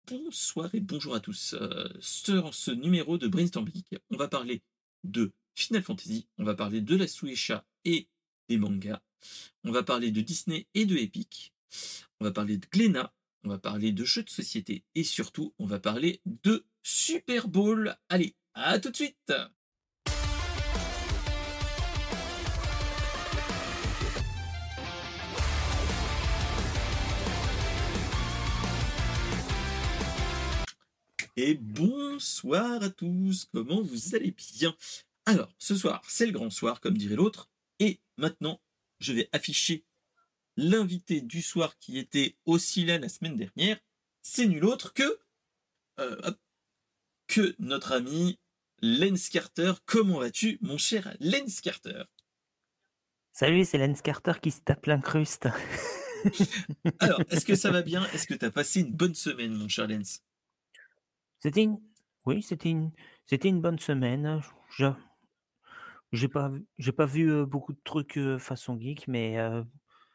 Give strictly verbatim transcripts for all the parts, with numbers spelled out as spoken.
Bonsoir et bonjour à tous. Euh, sur ce numéro de Brainstorm Geek, on va parler de Final Fantasy, on va parler de la Shueisha et des mangas, on va parler de Disney et de Epic, on va parler de Glénat, on va parler de jeux de société et surtout, on va parler de Super Bowl. Allez, à tout de suite. Et bonsoir à tous, comment vous allez bien? Alors, ce soir, c'est le grand soir, comme dirait l'autre, et maintenant, je vais afficher l'invité du soir qui était aussi là la semaine dernière. C'est nul autre que, euh, hop, que notre ami Lens Carter. Comment vas-tu, mon cher Lens Carter? Salut, c'est Lance Carter qui se tape l'incruste. Alors, est-ce que ça va bien? Est-ce que tu as passé une bonne semaine, mon cher Lens? C'était une... Oui, c'était une... c'était une bonne semaine. Je... J'ai pas, vu- j'ai pas vu euh, beaucoup de trucs euh, façon geek, mais, euh,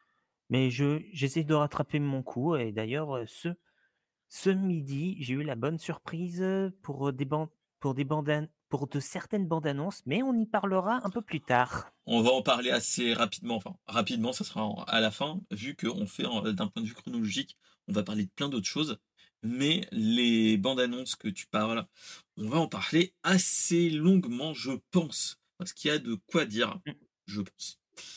mais je... j'essaie de rattraper mon coup. Et d'ailleurs, euh, ce... ce midi, j'ai eu la bonne surprise euh, pour euh, des bandes, pour des bandes, an- pour de certaines bandes annonces, mais on y parlera un peu plus tard. On va en parler assez rapidement, enfin rapidement, ça sera en- à la fin, vu qu'on fait en- d'un point de vue chronologique, on va parler de plein d'autres choses, mais les bandes annonces que tu parles, on va en parler assez longuement, je pense, parce qu'il y a de quoi dire, je pense.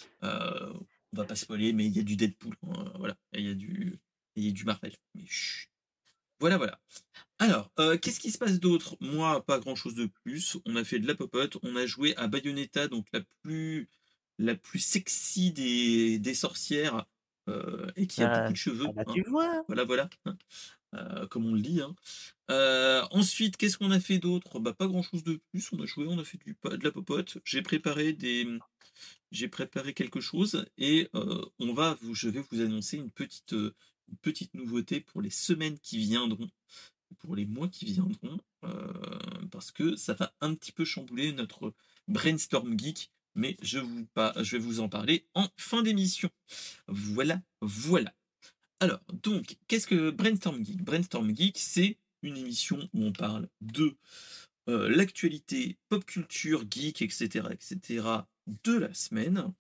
Euh, on va pas spoiler, mais il y a du Deadpool, hein, voilà, et il y a du, et il y a du Marvel, mais chut. Voilà, voilà. Alors, euh, qu'est-ce qui se passe d'autre? Moi, pas grand-chose de plus. On a fait de la popote, on a joué à Bayonetta, donc la plus, la plus sexy des, des sorcières, euh, et qui a beaucoup Euh, de ah cheveux, bah hein. tu vois. Voilà, voilà, hein, euh, comme on le dit, hein. Euh, ensuite, qu'est-ce qu'on a fait d'autre? Bah, pas grand-chose de plus. On a joué, on a fait du, de la popote. J'ai préparé des, j'ai préparé quelque chose et euh, on va vous, je vais vous annoncer une petite, euh, une petite nouveauté pour les semaines qui viendront, pour les mois qui viendront, euh, parce que ça va un petit peu chambouler notre brainstorm geek, mais je, vous, pas, je vais vous en parler en fin d'émission. Voilà, voilà. Alors, donc, qu'est-ce que Brainstorm Geek? Brainstorm Geek, c'est une émission où on parle de euh, l'actualité pop culture, geek, et cetera, et cetera de la semaine,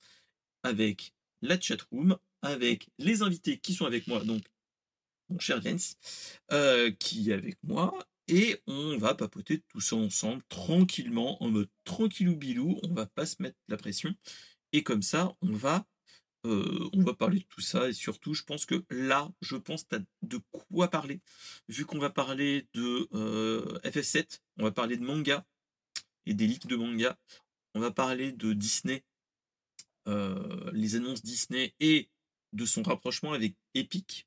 avec la chatroom, avec les invités qui sont avec moi, donc mon cher Jens, euh, qui est avec moi, et on va papoter tout ça ensemble, tranquillement, en mode tranquillou bilou, on va pas se mettre la pression, et comme ça, on va, euh, on va parler de tout ça, et surtout, je pense que là, je pense que tu as de quoi parler, vu qu'on va parler de euh, F F sept, on va parler de manga, et des leaks de manga, on va parler de Disney, euh, les annonces Disney, et de son rapprochement avec Epic.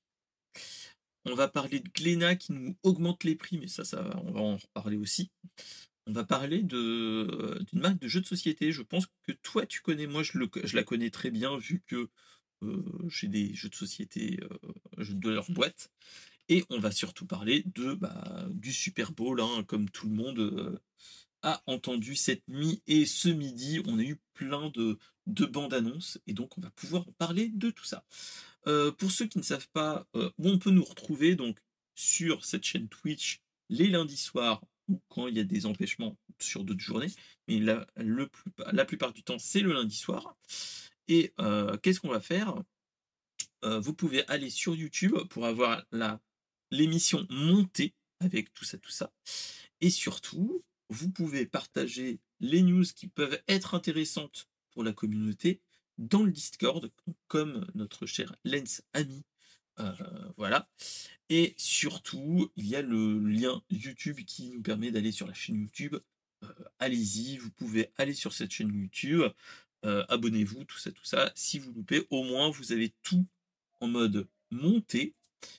On va parler de Glénat qui nous augmente les prix, mais ça, ça, on va en reparler aussi. On va parler de, euh, d'une marque de jeux de société. Je pense que toi, tu connais, moi, je, le, je la connais très bien vu que euh, j'ai des jeux de société euh, de leur boîte. Et on va surtout parler de, bah, du Super Bowl, hein, comme tout le monde euh, a entendu cette nuit. Et ce midi, on a eu plein de, de bandes annonces. Et donc, on va pouvoir parler de tout ça. Euh, pour ceux qui ne savent pas euh, où on peut nous retrouver, donc sur cette chaîne Twitch les lundis soirs ou quand il y a des empêchements sur d'autres journées, mais la, le plus, la plupart du temps c'est le lundi soir. Et euh, qu'est-ce qu'on va faire? Euh, Vous pouvez aller sur YouTube pour avoir la l'émission montée avec tout ça, tout ça. Et surtout, vous pouvez partager les news qui peuvent être intéressantes pour la communauté dans le Discord, comme notre cher Lens ami. Euh, voilà. Et surtout, il y a le lien YouTube qui nous permet d'aller sur la chaîne YouTube. Euh, Allez-y, vous pouvez aller sur cette chaîne YouTube. Euh, abonnez-vous, tout ça, tout ça. Si vous loupez, au moins vous avez tout en mode monté.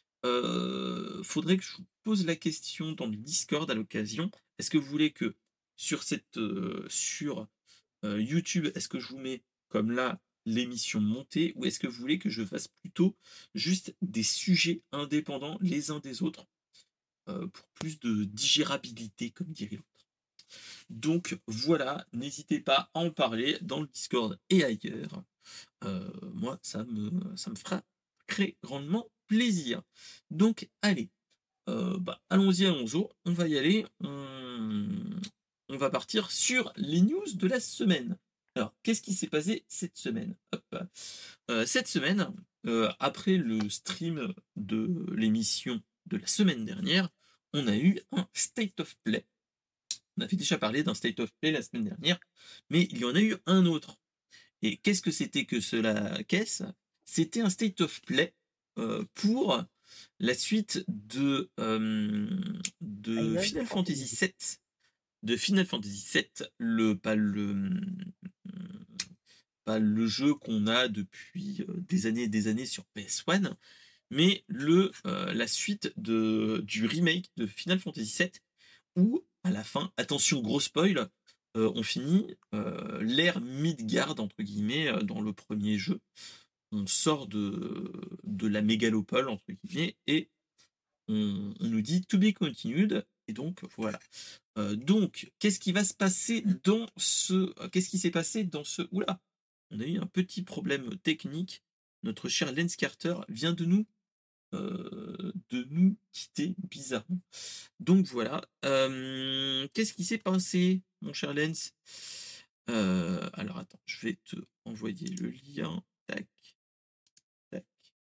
Euh, faudrait que je vous pose la question dans le Discord à l'occasion. Est-ce que vous voulez que sur cette euh, sur euh, YouTube, est-ce que je vous mets comme là l'émission montée ou est-ce que vous voulez que je fasse plutôt juste des sujets indépendants les uns des autres euh, pour plus de digérabilité, comme dirait l'autre. Donc voilà, n'hésitez pas à en parler dans le Discord et ailleurs. Euh, moi, ça me, ça me fera très grandement plaisir. Donc allez. heu, bah, allons-y, allons-y, on va y aller. On on va partir sur les news de la semaine. Alors, qu'est-ce qui s'est passé cette semaine? Hop, heu, cette semaine, heu, après le stream de l'émission de la semaine dernière, on a eu un State of Play. On avait déjà parlé d'un State of Play la semaine dernière, mais il y en a eu un autre. Et qu'est-ce que c'était que cela qu'est-ce? C'était un State of Play, heu, pour la suite de, hem, de Final Final Fantasy Fantasy. sept, de Final Fantasy sept, le pas le, mmh, pas le jeu qu'on a depuis, heu, des années et des années sur P S un, mais le, heu, la suite de du remake de Final Fantasy sept où, à la fin, attention gros spoil, heu, on finit, heu, l'ère Midgard entre guillemets, heu, dans le premier jeu. On sort de de la mégalopole entre guillemets et on on nous dit to be continued et donc voilà. Heu, donc qu'est-ce qui va se passer dans ce qu'est-ce qui s'est passé dans ce ouh là! On a eu un petit problème technique. Notre cher Lens Carter vient de nous, heu, de nous quitter bizarrement. Donc voilà, hem, qu'est-ce qui s'est passé, mon cher Lens? Heu, alors attends, je vais te envoyer le lien. Tac, tac,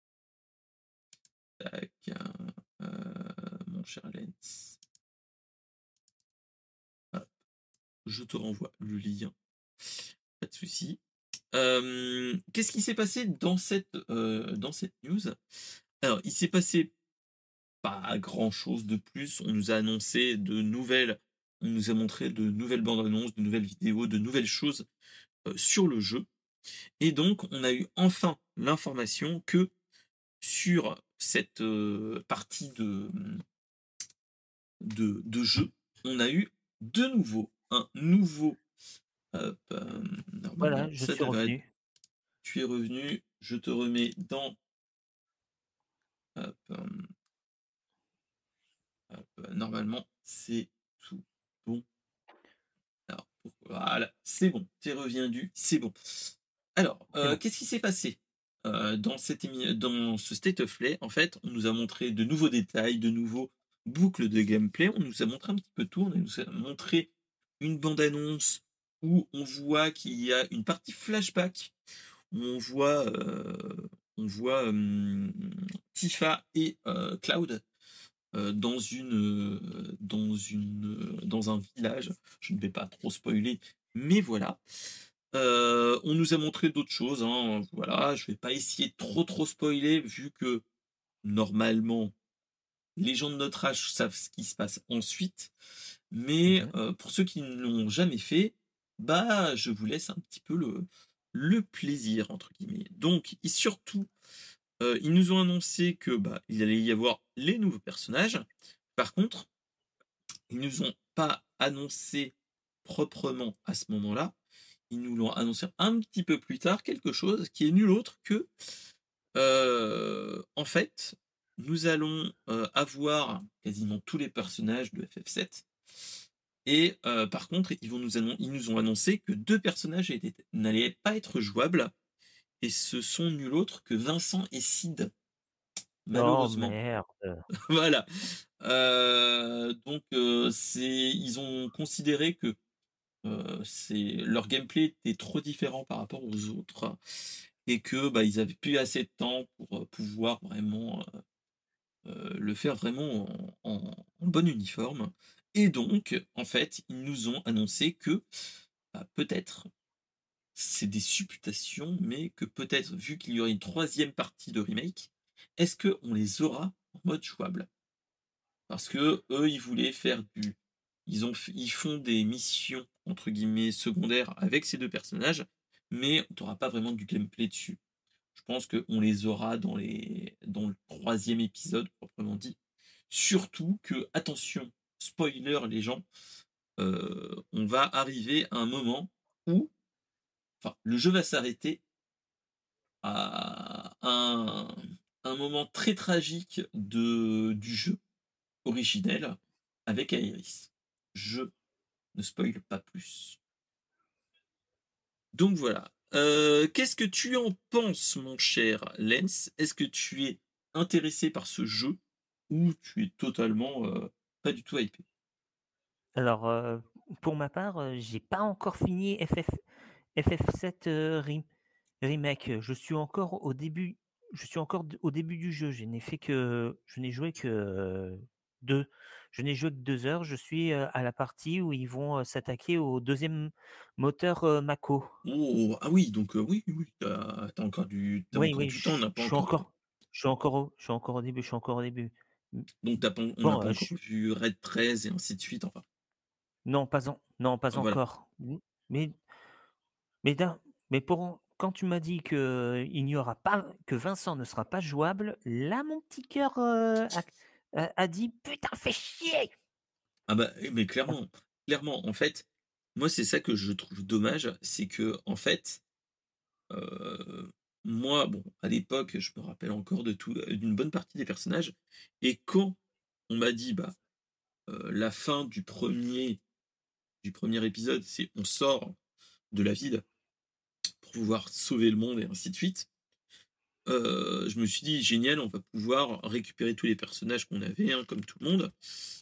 tac, heu, mon cher Lens. Hop, je te renvoie le lien, pas de souci. Hem, qu'est-ce qui s'est passé dans cette, heu, dans cette news? Alors, il s'est passé pas grand-chose de plus. On nous a annoncé de nouvelles on nous a montré de nouvelles bandes annonces, de nouvelles vidéos, de nouvelles choses, heu, sur le jeu et donc on a eu enfin l'information que sur cette, heu, partie de, mmh, de de jeu, on a eu de nouveau un nouveau hop, hem, Voilà, normalement je ça suis devrait être revenu. tu es revenu, je te remets dans hop, hem, hop, normalement c'est tout bon. Alors, voilà, c'est bon, tu es reviendu, c'est bon. Alors, C'est heu, bon. qu'est-ce qui s'est passé, heu, dans cette émi dans ce State of Play? En fait, on nous a montré de nouveaux détails, de nouveaux boucles de gameplay. On nous a montré un petit peu tout. On nous a montré une bande annonce où on voit qu'il y a une partie flashback, où on voit, heu, on voit, hem, Tifa et heu, Cloud, heu, dans une, heu, dans une, heu, dans un village. Je ne vais pas trop spoiler, mais voilà. Heu, on nous a montré d'autres choses, hein, voilà, je vais pas essayer de trop, trop spoiler vu que, normalement, les gens de notre âge savent ce qui se passe ensuite. Mais, Mmh. heu, pour ceux qui ne l'ont jamais fait, bah, je vous laisse un petit peu le «le plaisir» entre guillemets. Donc et surtout, heu, ils nous ont annoncé que, bah, il allait y avoir les nouveaux personnages. Par contre, ils nous ont pas annoncé proprement à ce moment-là. Ils nous l'ont annoncé un petit peu plus tard, quelque chose qui est nul autre que, heu, en fait, nous allons, heu, avoir quasiment tous les personnages de F F sept et heu, par contre, ils vont nous annon ils nous ont annoncé que deux personnages étaient n'allaient pas être jouables et ce sont nul autre que Vincent et Sid, Oh malheureusement. merde! Voilà, heu, donc heu, c'est ils ont considéré que Heu, c'est leur gameplay était trop différent par rapport aux autres et que, bah, ils avaient plus assez de temps pour, heu, pouvoir vraiment, heu le faire vraiment en en en bon uniforme et donc en fait, ils nous ont annoncé que, bah, peut-être, c'est des supputations, mais que peut-être, vu qu'il y aurait une troisième partie de remake, est-ce qu'on les aura en mode jouable? Parce qu'eux, ils voulaient faire du ils ont f ils font des missions entre guillemets «secondaires» avec ces deux personnages, mais tu auras pas vraiment du gameplay dessus. Je pense qu'on les aura dans les dans le troisième épisode proprement dit. Surtout que, attention, spoiler les gens, heu, on va arriver à un moment où enfin, le jeu va s'arrêter à un un moment très tragique de du jeu originel avec Aerys. Je ne spoil pas plus. Donc voilà. Heu, qu'est-ce que tu en penses, mon cher Lens? Est-ce que tu es intéressé par ce jeu? ou tu es totalement, heu, pas du tout hypé? Alors, heu, pour ma part, heu, j'ai pas encore fini F F F F sept, heu, Rem Remake. Je suis encore au début je suis encore d au début du jeu. Je n'ai fait que je n'ai joué que, heu, deux je n'ai joué que deux heures. Je suis, heu, à la partie où ils vont, heu, s'attaquer au deuxième moteur, heu, Mako. Oh! Ah oui, donc heu, oui, oui, oui, tu as tu as encore du tu as Oui, encore oui, du temps, on je n'a pas je suis encore, quoi. encore je suis encore au je suis encore au début je suis encore au début. Mmh, Donc tu as pas on n'a bon, pas heu, je encore vu Red treize et ainsi de suite, enfin, non, pas en non, pas voilà. encore. Mmh, mais mais d'un mais pour quand tu m'as dit qu'il n'y aura pas que Vincent ne sera pas jouable, là, mon petit cœur, heu, a a a dit: «Putain, fais chier!» Ah bah, eh mais clairement, clairement, en fait, moi, c'est ça que je trouve dommage, c'est que en fait, heu, moi, bon, à l'époque, je me rappelle encore de tout, heu, d'une bonne partie des personnages et quand on m'a dit: «Bah, heu, la fin du premier du premier épisode, c'est on sort de la ville pour pouvoir sauver le monde et ainsi de suite», heu, je me suis dit: «Génial, on va pouvoir récupérer tous les personnages qu'on avait, hein, comme tout le monde».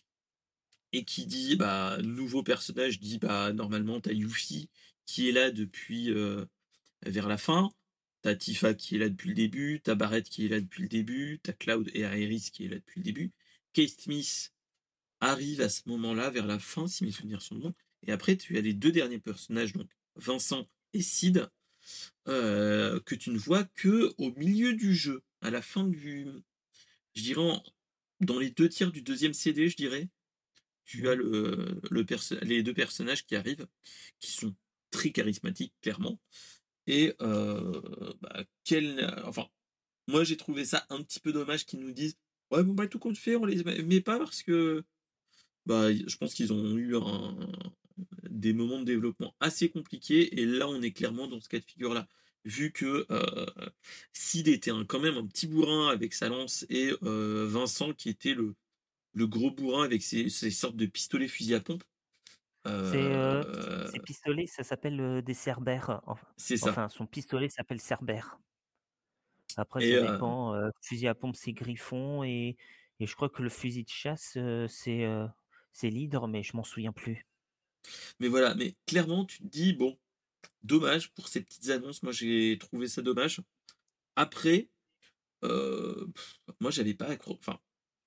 Et qui dit, bah, nouveau personnage dit, bah, normalement, tu as Yuffie qui est là depuis, heu, vers la fin. Tu as Tifa qui est là depuis le début, tu as Barrett qui est là depuis le début, tu as Cloud et Aerys qui est là depuis le début. Kate Smith arrive à ce moment-là, vers la fin, si mes souvenirs sont bons. Et après, tu as les deux derniers personnages, donc Vincent et Sid, heu, que tu ne vois que au milieu du jeu, à la fin du je dirais en dans les deux tiers du deuxième C D, je dirais. Tu as Mmh. le le perso les deux personnages qui arrivent, qui sont très charismatiques, clairement et heu, bah, quel enfin, moi, j'ai trouvé ça un petit peu dommage qu'ils nous disent: «Ouais, bon, bah, tout compte fait, on les met met pas parce que» bah, je pense qu'ils ont eu un des moments de développement assez compliqués et là, on est clairement dans ce cas de figure-là. Vu que, heu, Sid était un quand même un petit bourrin avec sa lance et heu, Vincent qui était le le gros bourrin avec ses ses sortes de pistolets fusil à pompe. C'est, heu, Heu, ces pistolets, ça s'appelle, heu, des Cerbères, enfin c'est ça enfin, son pistolet s'appelle Cerbère. Après et ça heu, dépend, heu, fusil à pompe, c'est Griffon et et je crois que le fusil de chasse, heu, c'est, heu, c'est l'hydre, mais je m'en souviens plus. mais voilà, mais clairement, tu te dis: «Bon, dommage pour ces petites annonces». Moi, j'ai trouvé ça dommage. Après, heu, moi, j'avais pas accro enfin,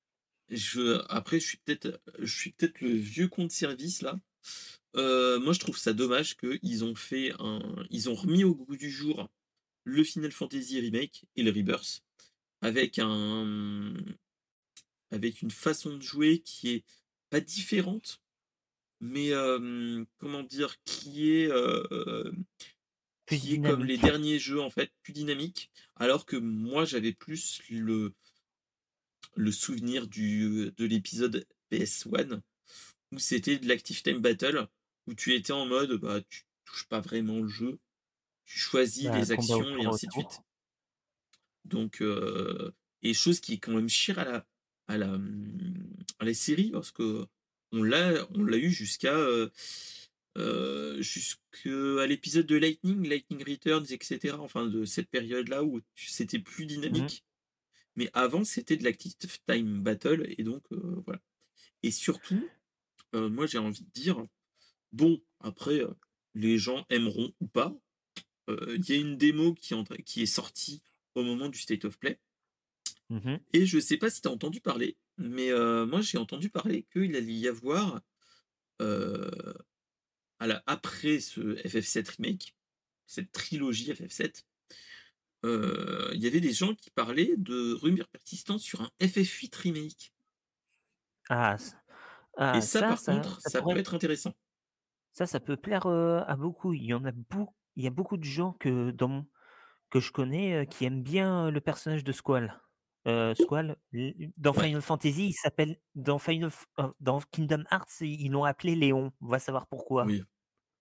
je après, je suis peut-être, je suis peut-être le vieux compte service là. Heu, moi, je trouve ça dommage qu'ils ont fait un ils ont remis au goût du jour le Final Fantasy Remake et le Rebirth avec un avec une façon de jouer qui est pas différente, mais hem, comment dire? Qui est, heu, Plus qui est comme les dynamique. derniers jeux, en fait, plus dynamique. Alors que moi, j'avais plus le le souvenir du de l'épisode P S un où c'était de l'Active Time Battle, où tu étais en mode, bah, tu touches pas vraiment le jeu, tu choisis Bah, les combat au actions et tour au ainsi de suite. tour. Donc heu et chose qui est quand même chère à la à la, mmh, à la série parce qu'on l'a on l'a eu jusqu'à, heu heu, jusqu'à l'épisode de Lightning, Lightning Returns et cetera, enfin de cette période-là où tu c'était plus Mmh. dynamique, mais avant c'était de l'Active Time Battle et donc heu, voilà et surtout, heu, moi j'ai envie de dire, bon après, heu, les gens aimeront ou pas, heu, il y a une démo qui est en train qui est sortie au moment du State of Play. Mmh mh. Et je sais pas si tu as entendu parler, mais heu, moi j'ai entendu parler qu'il allait y avoir, heu, à la après ce F F sept remake, cette trilogie F F sept, heu, il y avait des gens qui parlaient de rumeurs persistantes sur un F F huit remake Ah ç et ah ça ça par ça contre, ça ça peut pourrait être intéressant. ça ça peut plaire, heu, à beaucoup. Il y en a beau il y a beaucoup de gens que dans mon que je connais, heu, qui aiment bien, heu, le personnage de Squall. Heu, Squall, l dans Ouais, Final Fantasy, il s'appelle dans Final F heu, dans Kingdom Hearts, ils ils l'ont appelé Léon. Va savoir pourquoi. oui,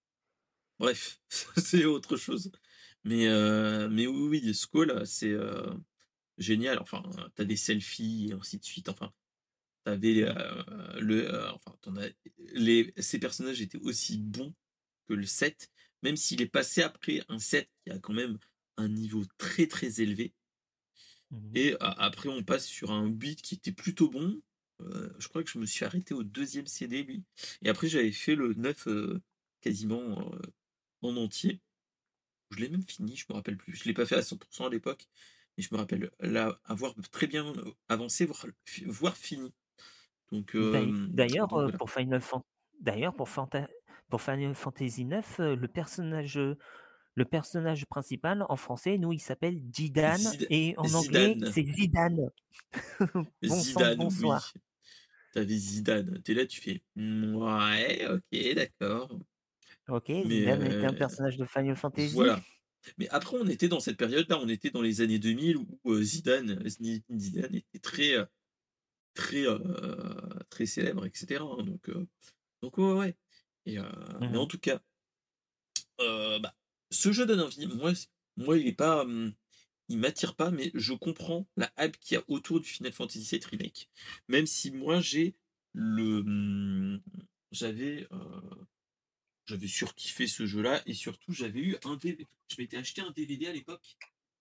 bref, c'est autre chose. Mais heu, mais oui, oui, Squall, c'est, heu, génial. Enfin, tu as des selfies et ainsi de suite, enfin T'avais Mmh. avais, le, heu, enfin, tu as les ces personnages étaient aussi bons que le sept, même s'il est passé après un sept qui a quand même un niveau très, très élevé. Mmh. et a après on passe sur un huit qui était plutôt bon. Heu, je crois que je me suis arrêté au deuxième C D lui et après j'avais fait le neuf, heu, quasiment, heu, en entier. Je l'ai même fini, je me rappelle plus. Je l'ai pas fait à cent pour cent à l'époque, mais je me rappelle là avoir très bien, heu, avancé, voire fi voire fini. Donc D'ail hem, d'ailleurs, donc heu, voilà. pour Final Fan d'ailleurs pour Fanta pour Final Fantasy neuf, heu, le personnage, heu, le personnage principal en français, nous, il s'appelle Zidane Zid et en anglais, Zidane, c'est Zidane. Bon sang de Zidane, oui. bonsoir. Tu avais Zidane. Tu es là, tu fais: «Mouais, OK, d'accord». OK, Mais Zidane était un heu, personnage de Final Fantasy? voilà. Mais après on était dans cette période-là, on était dans les années deux mille où, heu, Zidane, Zinedine Zidane était très, heu, très, heu, très célèbre et cetera, hein, donc heu, donc ouais, ouais, ouais et heu, Mmh mais en mh. tout cas, heu, bah, ce jeu donne envie. Moi c moi il est pas, mmh, il m'attire pas, mais je comprends la hype qu'il y a autour du Final Fantasy sept Remake. Même si moi j'ai le, mmh, j'avais, heu, j'avais surkiffé ce jeu-là et surtout j'avais eu un D V je m'étais acheté un D V D à l'époque.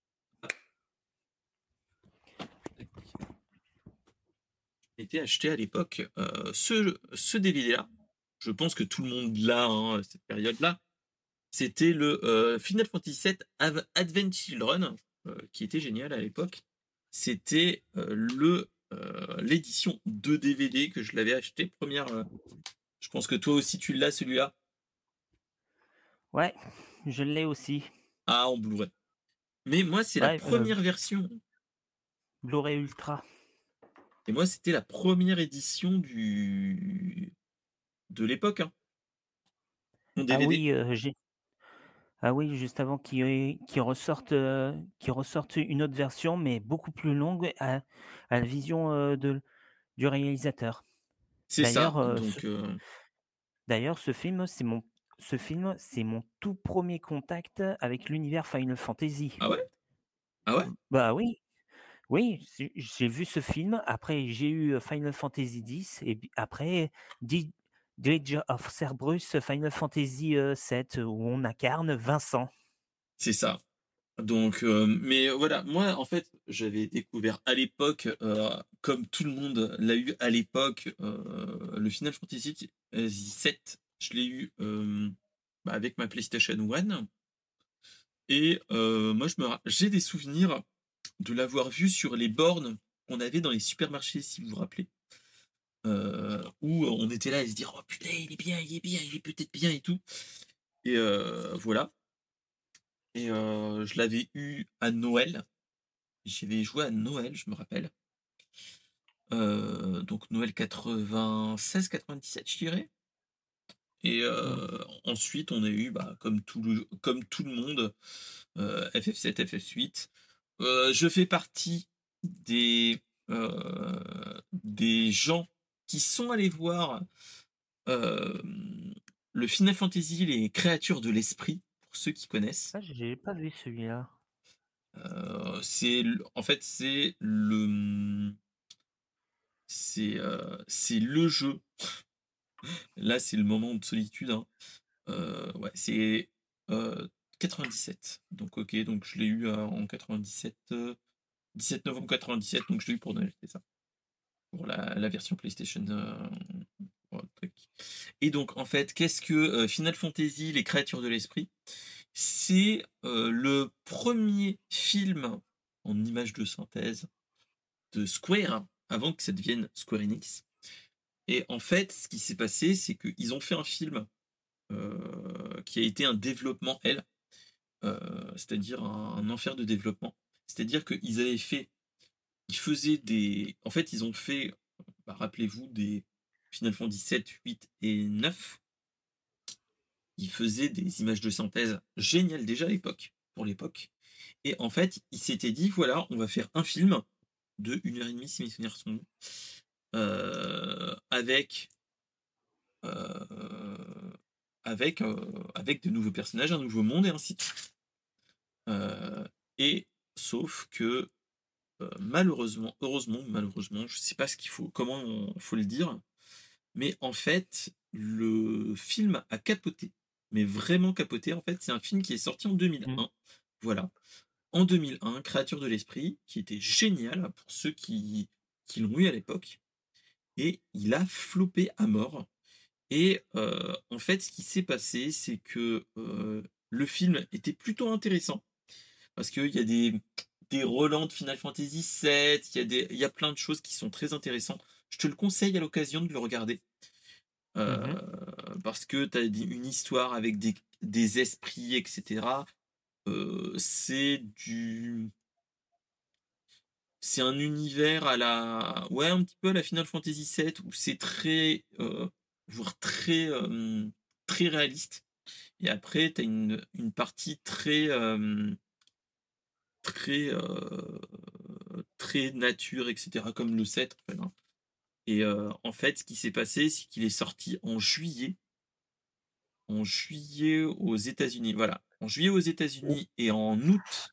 Je m'étais acheté à l'époque, heu, ce ce D V D-là. Je pense que tout le monde l'a, hein, à cette période-là. C'était le, heu, Final Fantasy sept Av Advent Children, heu, qui était génial à l'époque. C'était, heu, le, heu, l'édition deux D V D que je l'avais acheté première, re je pense que toi aussi tu l'as celui-là? Ouais, je l'ai aussi. Ah, en Blu-ray. Mais moi, c'est la Ouais, heu, première version Blu-ray Ultra. et moi, c'était la première édition du de l'époque, hein, en Ah D V D. oui, heu, j'ai ah oui, juste avant qu'ils qu'ils ressortent, heu, qu'ils ressortent une autre version, mais beaucoup plus longue à à la vision, heu, de du réalisateur. C'est ça, D'ailleurs, heu, ce donc heu d'ailleurs ce film, c'est mon ce film, c'est mon tout premier contact avec l'univers Final Fantasy. ah ouais? Ah ouais? Bah oui, oui, c'est j'ai vu ce film, après j'ai eu, heu, Final Fantasy X et puis après Di Dirge of Cerberus, Final Fantasy, heu, sept où on incarne Vincent. C'est ça. Donc heu, mais voilà, moi, en fait, j'avais découvert à l'époque, heu, comme tout le monde l'a eu à l'époque, heu, le Final Fantasy t heu, sept, je l'ai eu, hem, bah, avec ma PlayStation One et heu, moi, je me ra j'ai des souvenirs de l'avoir vu sur les bornes qu'on avait dans les supermarchés, si vous vous rappelez. Heu, où on était là à se dire: «Oh putain, il est bien, il est bien, il est peut-être bien et tout» et heu, voilà et heu, je l'avais eu à Noël. J'y avais joué à Noël, je me rappelle. Heu, donc Noël quatre-vingt-seize quatre-vingt-dix-sept, je dirais et Mmh. heu, ensuite on a eu, bah, comme tout le comme tout le monde, heu, F F sept, F F huit. Heu, je fais partie des, heu, des gens qui sont allés voir, hem, le Final Fantasy, les créatures de l'esprit, pour ceux qui connaissent. Ah, j'ai pas vu celui-là. Heu, c'est l en fait, c'est le, mmh, c'est, heu, c'est le jeu. Là, c'est le moment de solitude, hein. Heu, ouais, c'est, heu, quatre-vingt-dix-sept. Donc OK, donc je l'ai eu, heu, en quatre-vingt-dix-sept, heu, dix-sept novembre quatre-vingt-dix-sept, donc je l'ai eu pour Noël, c'est ça. Pour la la version PlayStation, heu, pour le truc et donc en fait, qu'est-ce que, heu, Final Fantasy: Les Créatures de l'Esprit? C'est, heu, le premier film en images de synthèse de Square, avant que ça devienne Square Enix et en fait, ce qui s'est passé, c'est qu'ils ont fait un film, heu, qui a été un développement L, heu, c'est-à-dire un un enfer de développement. C'est-à-dire qu'ils avaient fait ils faisaient des en fait, ils ont fait, bah, rappelez-vous des Final Fantasy sept, huit et neuf. Ils faisaient des images de synthèse géniales déjà à l'époque, pour l'époque et en fait, ils s'étaient dit: «Voilà, on va faire un film de une heure et demie si mes souvenirs sont bons, heu, avec, heu, avec, heu, avec de nouveaux personnages, un nouveau monde et ainsi de suite». Heu et sauf que, heu, malheureusement, heureusement ou malheureusement, je sais pas ce qu'il faut comment il faut le dire, mais en fait, le film a capoté, mais vraiment capoté. En fait, c'est un film qui est sorti en Mmh. deux mille un, voilà en deux mille un, Créature de l'esprit, qui était génial pour ceux qui qui l'ont eu à l'époque et il a floppé à mort et heu, en fait, ce qui s'est passé, c'est que, heu, le film était plutôt intéressant parce qu'il y a des des relents de Final Fantasy sept, il y a des il y a plein de choses qui sont très intéressantes. Je te le conseille à l'occasion de le regarder, heu, Mmh mh. parce que tu as des une histoire avec des des esprits et cetera. Heu, c'est du c'est un univers à la ouais, un petit peu à la Final Fantasy sept où c'est très, heu, voire très, hem, très réaliste et après tu as une une partie très, hem, très, heu, très nature et cetera comme le sept en fait, hein et heu, en fait, ce qui s'est passé, c'est qu'il est sorti en juillet en juillet aux États-Unis, voilà, en juillet aux Ou États-Unis et en août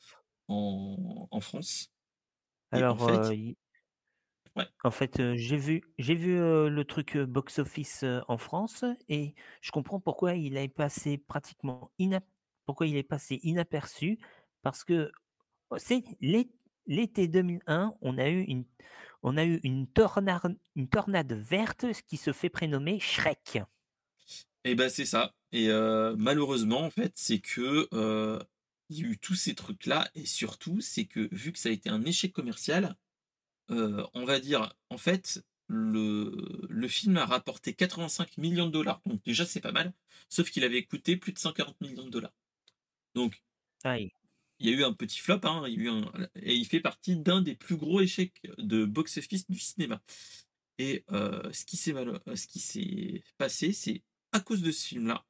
en en France et en alors, fait heu, i ouais. en fait, heu, j'ai vu j'ai vu, heu, le truc, heu, box office, heu, en France et je comprends pourquoi il est passé pratiquement inap pourquoi il est passé inaperçu parce que, oh, c'est l'é l'été deux mille un, on a eu une on a eu une tornade une tornade verte, ce qui se fait prénommer Shrek. Et bah, c'est ça et heu, malheureusement, en fait, c'est que, heu, il y a eu tous ces trucs-là et surtout, c'est que vu que ça a été un échec commercial, heu, on va dire, en fait, le le film a rapporté quatre-vingt-cinq millions de dollars, donc déjà, c'est pas mal, sauf qu'il avait coûté plus de cent quarante millions de dollars. Donc Aïe. il y a eu un petit flop, hein, il y a eu un et il fait partie d'un des plus gros échecs de box-office du cinéma et heu, ce qui s'est mal ce qui s'est passé, c'est à cause de ce film-là,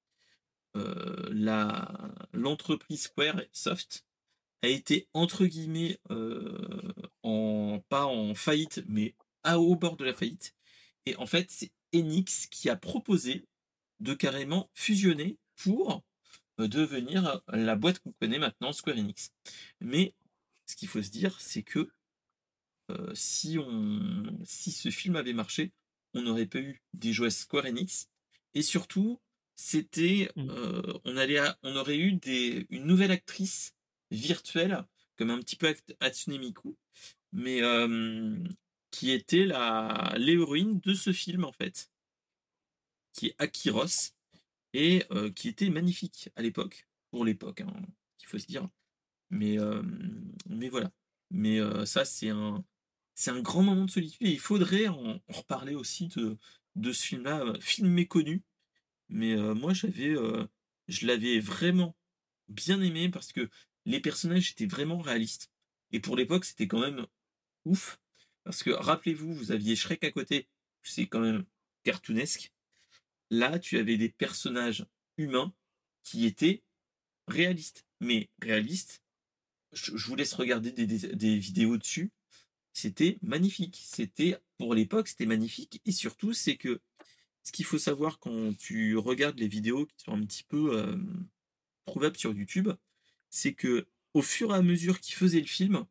heu, la l'entreprise Squaresoft a été entre guillemets, heu, en pas en faillite, mais à au bord de la faillite et en fait, c'est Enix qui a proposé de carrément fusionner pour, heu, devenir la boîte qu'on connaît maintenant, Square Enix. Mais ce qu'il faut se dire, c'est que, heu, si on si ce film avait marché, on n'aurait pas eu des jouets Square Enix et surtout, c'était, Mmh. heu, on allait a on aurait eu des une nouvelle actrice virtuelle, comme un petit peu Hat Hatsune Miku, mais hem, qui était la l'héroïne de ce film, en fait, qui est Akyros et heu, qui était magnifique à l'époque, pour l'époque, hein, il faut se dire. Mais hem, mais voilà. Mais heu, ça, c'est un c'est un grand moment de solitude et il faudrait en en reparler aussi de de ce film-là, heu, film méconnu. Mais heu, moi, j'avais, heu, je l'avais vraiment bien aimé parce que les personnages étaient vraiment réalistes et pour l'époque, c'était quand même ouf. Parce que rappelez-vous, vous aviez Shrek à côté, c'est quand même cartoonesque. Là, tu avais des personnages humains qui étaient réalistes. Mais réalistes, je je vous laisse regarder des des des vidéos dessus. C'était magnifique. C'était pour l'époque, c'était magnifique et surtout, c'est que ce qu'il faut savoir quand tu regardes les vidéos qui sont un petit peu, hem, trouvables sur YouTube, c'est que au fur et à mesure qu'ils faisaient le film,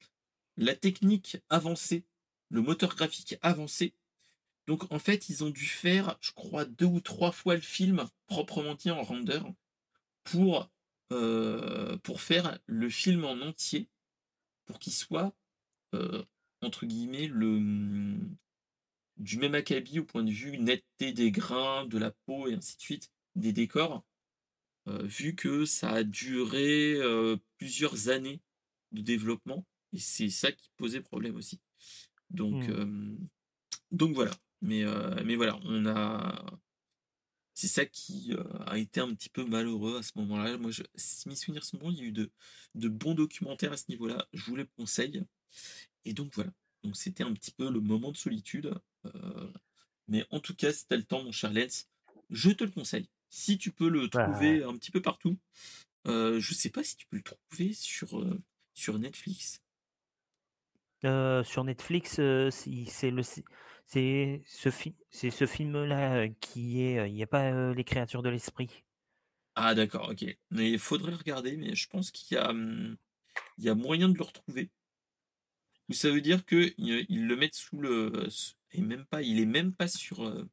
la technique avançait, le moteur graphique avançait. Donc en fait, ils ont dû faire, je crois, deux ou trois fois le film proprement dit en render pour, heu, pour faire le film en entier, pour qu'il soit, heu, entre guillemets le, mmh, du même acabit au point de vue netteté des grains, de la peau et ainsi de suite, des décors, heu, vu que ça a duré, heu, plusieurs années de développement et c'est ça qui posait problème aussi. Donc Mmh. hem, donc voilà. Mais heu, mais voilà, on a c'est ça qui, heu, a été un petit peu malheureux à ce moment-là. Moi, je si mes souvenirs sont bons, il y a eu de de bons documentaires à ce niveau-là. Je vous les conseille et donc voilà. Donc c'était un petit peu le moment de solitude, heu, mais en tout cas, si tu as le temps, mon cher Lens, je te le conseille. Si tu peux le Bah, trouver un petit peu partout, heu, je sais pas si tu peux le trouver sur, heu, sur Netflix? heu, sur Netflix, heu, si c'est le si c'est ce fi c'est ce film-là, heu, qui est, heu, il y a pas, heu, Les Créatures de l'esprit? Ah d'accord, OK. Mais il faudrait regarder, mais je pense qu'il y a, mmh, il y a moyen de le retrouver. Ou ça veut dire qu'ils ils le mettent sous le s et même pas, il est même pas sur, heu,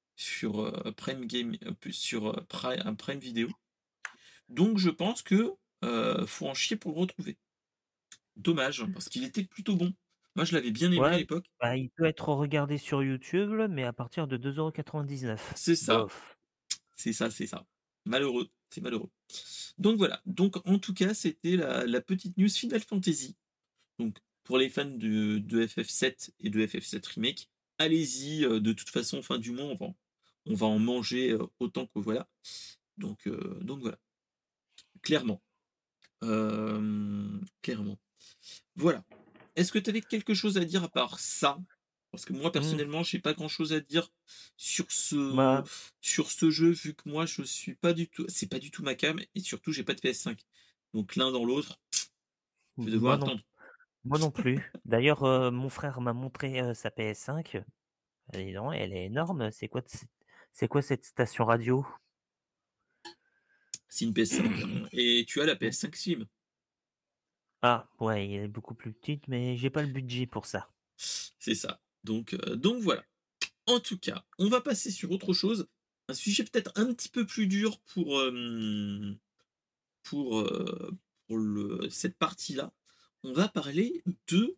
sur, heu, Prime Game, heu, plus sur, heu, Pri Prime Video. Donc je pense que, heu, faut en chier pour le retrouver. Dommage, parce qu'il était plutôt bon. Moi, je l'avais bien aimé à Ouais, l'époque. bah, il peut être regardé sur YouTube, mais à partir de deux euros quatre-vingt-dix-neuf. C'est ça, Bof. c'est ça, c'est ça. Malheureux, c'est malheureux. Donc voilà, donc en tout cas, c'était la la petite news Final Fantasy. Donc pour les fans de de F F sept et de F F sept Remake, allez-y, heu, de toute façon, fin du mois, on va on va en manger, heu, autant que voilà. Donc heu, donc voilà, clairement, hem, clairement. Voilà. Est-ce que tu avais quelque chose à dire à part ça? Parce que moi, Mmh, personnellement, j'ai pas grand-chose à dire sur ce bah, sur ce jeu, vu que moi, je suis pas du tout c'est pas du tout ma came et surtout, j'ai pas de P S cinq. Donc l'un dans l'autre, je vais devoir moi non attendre. moi non plus. D'ailleurs, heu, mon frère m'a montré, heu, sa P S cinq. Ah dis donc, elle est énorme. C'est quoi c c'est quoi cette station radio? C'est une P S cinq, hein, et tu as la Mmh. P S cinq Slim. Ah ouais, elle est beaucoup plus petite, mais j'ai pas le budget pour ça. C'est ça. Donc heu, donc voilà. En tout cas, on va passer sur autre chose. Un sujet peut-être un petit peu plus dur pour, hem, pour, heu, pour le cette partie-là. On va parler de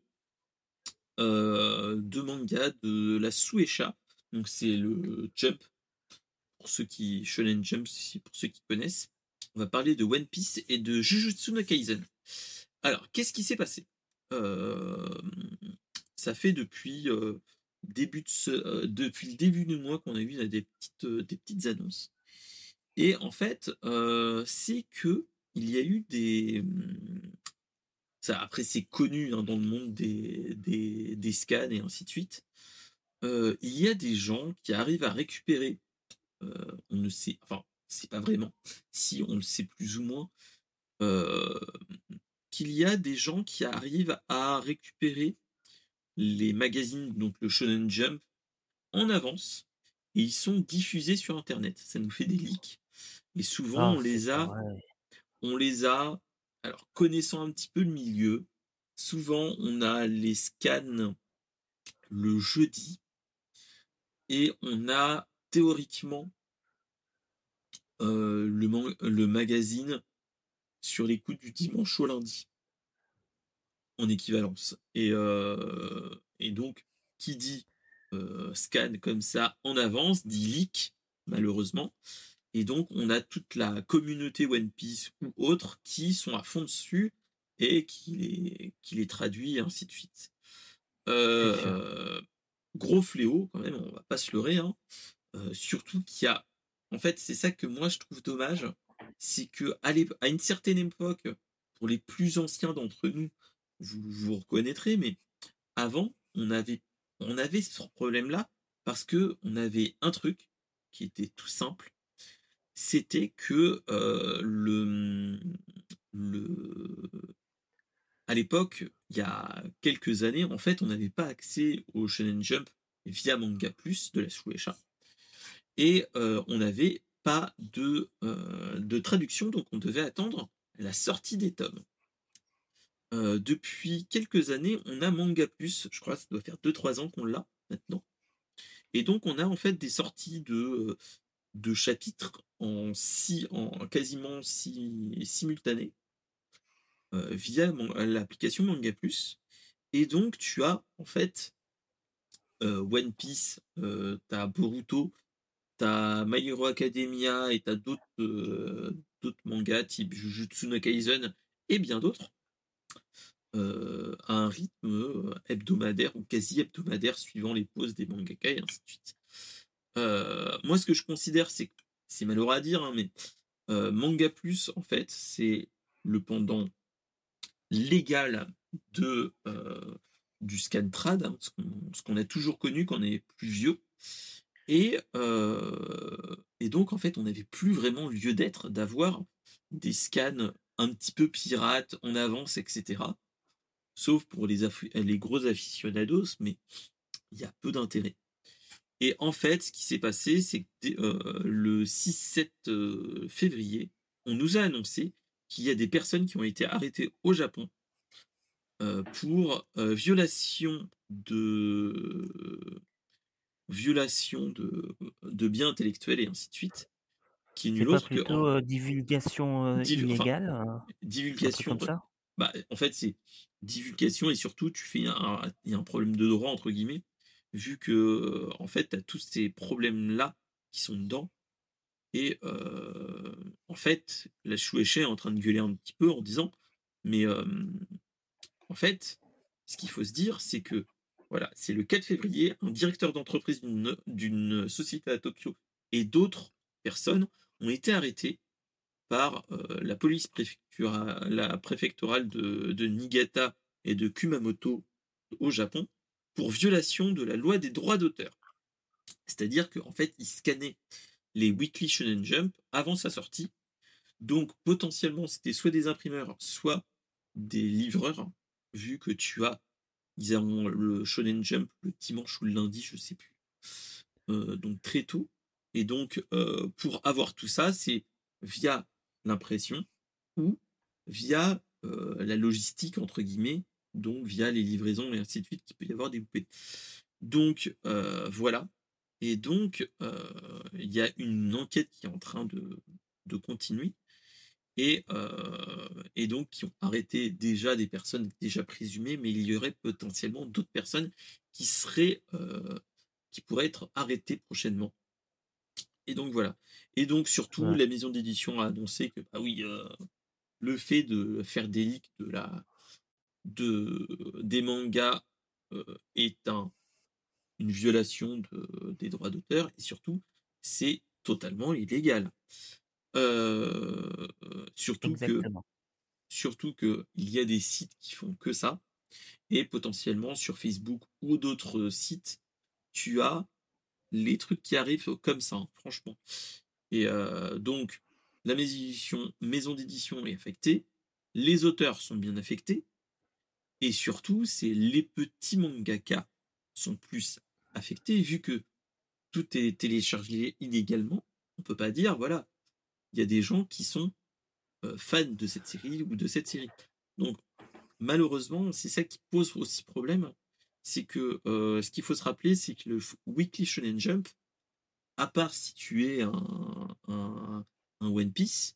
heu, de manga de la Shueisha. Donc c'est le Jump pour ceux qui Shonen Jump si pour ceux qui connaissent. On va parler de One Piece et de Jujutsu no Kaisen. Alors, qu'est-ce qui s'est passé? Hem, Ça fait depuis, heu, début de ce heu, depuis le début du mois qu'on a eu là des petites, heu, des petites annonces et en fait, heu, c'est qu'il y a eu des, mmh, ça après c'est connu, hein, dans le monde des des des scans et ainsi de suite. Heu, il y a des gens qui arrivent à récupérer, heu, on ne sait enfin, c'est pas vraiment, si on le sait plus ou moins, heu, qu'il y a des gens qui arrivent à récupérer les magazines, donc le Shonen Jump, en avance et ils sont diffusés sur internet. Ça nous fait des leaks et souvent Ah, on c'est les pas a vrai. on les a alors connaissant un petit peu le milieu, souvent on a les scans le jeudi et on a théoriquement, heu, le man le magazine sur les coups du dimanche au lundi, en équivalence et heu et donc qui dit, heu, scan comme ça en avance dit leak, malheureusement et donc on a toute la communauté One Piece ou autres qui sont à fond dessus et qui les qui les traduit et ainsi de suite. C'est sûr. Heu, Gros fléau quand même, on va pas se leurrer, hein. Heu, surtout qu'il y a en fait, c'est ça que moi je trouve dommage, c'est qu'à l'ép à une certaine époque, pour les plus anciens d'entre nous, vous vous reconnaîtrez, mais avant, on avait on avait ce problème-là parce que on avait un truc qui était tout simple, c'était que, heu, le, mmh, le à l'époque, il y a quelques années, en fait, on n'avait pas accès au Shonen Jump via Manga Plus de la Shueisha et heu, on n'avait pas de, heu, de traduction, donc on devait attendre la sortie des tomes. Heu, depuis quelques années, on a Manga Plus, je crois que ça doit faire deux trois ans qu'on l'a maintenant et donc on a en fait des sorties de, heu, de chapitres en si en quasiment si simultané, heu, via mon l'application Manga Plus et donc tu as en fait, heu, One Piece, heu, tu as Boruto, tu as My Hero Academia et tu as d'autres, heu, d'autres mangas type Jujutsu no Kaisen et bien d'autres, heu, à un rythme, heu, hebdomadaire ou quasi hebdomadaire suivant les pauses des mangaka et ainsi de suite. Heu, moi ce que je considère, c'est que c'est malheureux à dire, hein, mais, heu, Manga Plus en fait, c'est le pendant légal de, heu, du Scantrad, hein, ce qu'on ce qu'on a toujours connu quand on est plus vieux et heu et donc en fait, on n'avait plus vraiment lieu d'être d'avoir des scans un petit peu pirates en avance et cetera. Sauf pour les affi les gros aficionados, mais il y a peu d'intérêt et en fait, ce qui s'est passé, c'est que dès, heu, le six sept, heu, février, on nous a annoncé qu'il y a des personnes qui ont été arrêtées au Japon, heu, pour, heu, violation de violation de de biens intellectuels et ainsi de suite qui est C'est nul pas autre que plutôt, en heu, divulgation, heu, div enfin, illégale, heu, un truc divulgation, comme ça? bah, en fait, c'est divulgation et surtout tu fais un il y a un «problème de droit» entre guillemets, vu que, heu, en fait, tu as tous ces problèmes-là qui sont dedans et heu, en fait, la Shueisha est en train de gueuler un petit peu en disant: «Mais, hem, en fait, ce qu'il faut se dire, c'est que, voilà, c'est le quatre février, un directeur d'entreprise d'une d'une société à Tokyo et d'autres personnes ont été arrêtés par, heu, la police préfectura la préfectorale de de Niigata et de Kumamoto au Japon, pour violation de la loi des droits d'auteur. C'est-à-dire qu'en fait, ils scannaient les Weekly Shonen Jump avant sa sortie, donc potentiellement, c'était soit des imprimeurs, soit des livreurs, vu que tu as ils ont le Shonen Jump le dimanche ou le lundi, je sais plus, heu, donc très tôt et donc heu, pour avoir tout ça, c'est via l'impression ou via, heu, «la logistique» entre guillemets, donc via les livraisons et ainsi de suite, qu'il peut y avoir des loupés. Donc heu, voilà et donc heu, il y a une enquête qui est en train de de continuer et heu et donc qui ont arrêté déjà des personnes déjà présumées, mais il y aurait potentiellement d'autres personnes qui seraient, heu, qui pourraient être arrêtées prochainement et donc voilà et donc surtout Ouais. la maison d'édition a annoncé que, bah, oui, heu, le fait de faire des leaks de la de des mangas, heu, est un une violation de des droits d'auteur et surtout, c'est totalement illégal. Heu, surtout que Exactement. surtout qu'il y a des sites qui font que ça et potentiellement sur Facebook ou d'autres sites, tu as les trucs qui arrivent comme ça, hein, franchement et heu, donc la maison maison d'édition est affectée, les auteurs sont bien affectés et surtout, c'est les petits mangaka sont plus affectés vu que tout est téléchargé illégalement. On peut pas dire, voilà, il y a des gens qui sont, heu, fans de cette série ou de cette série. Donc malheureusement, c'est ça qui pose aussi problème, c'est que, heu, ce qu'il faut se rappeler, c'est que le f Weekly Shonen Jump, à part si tu es un un un One Piece,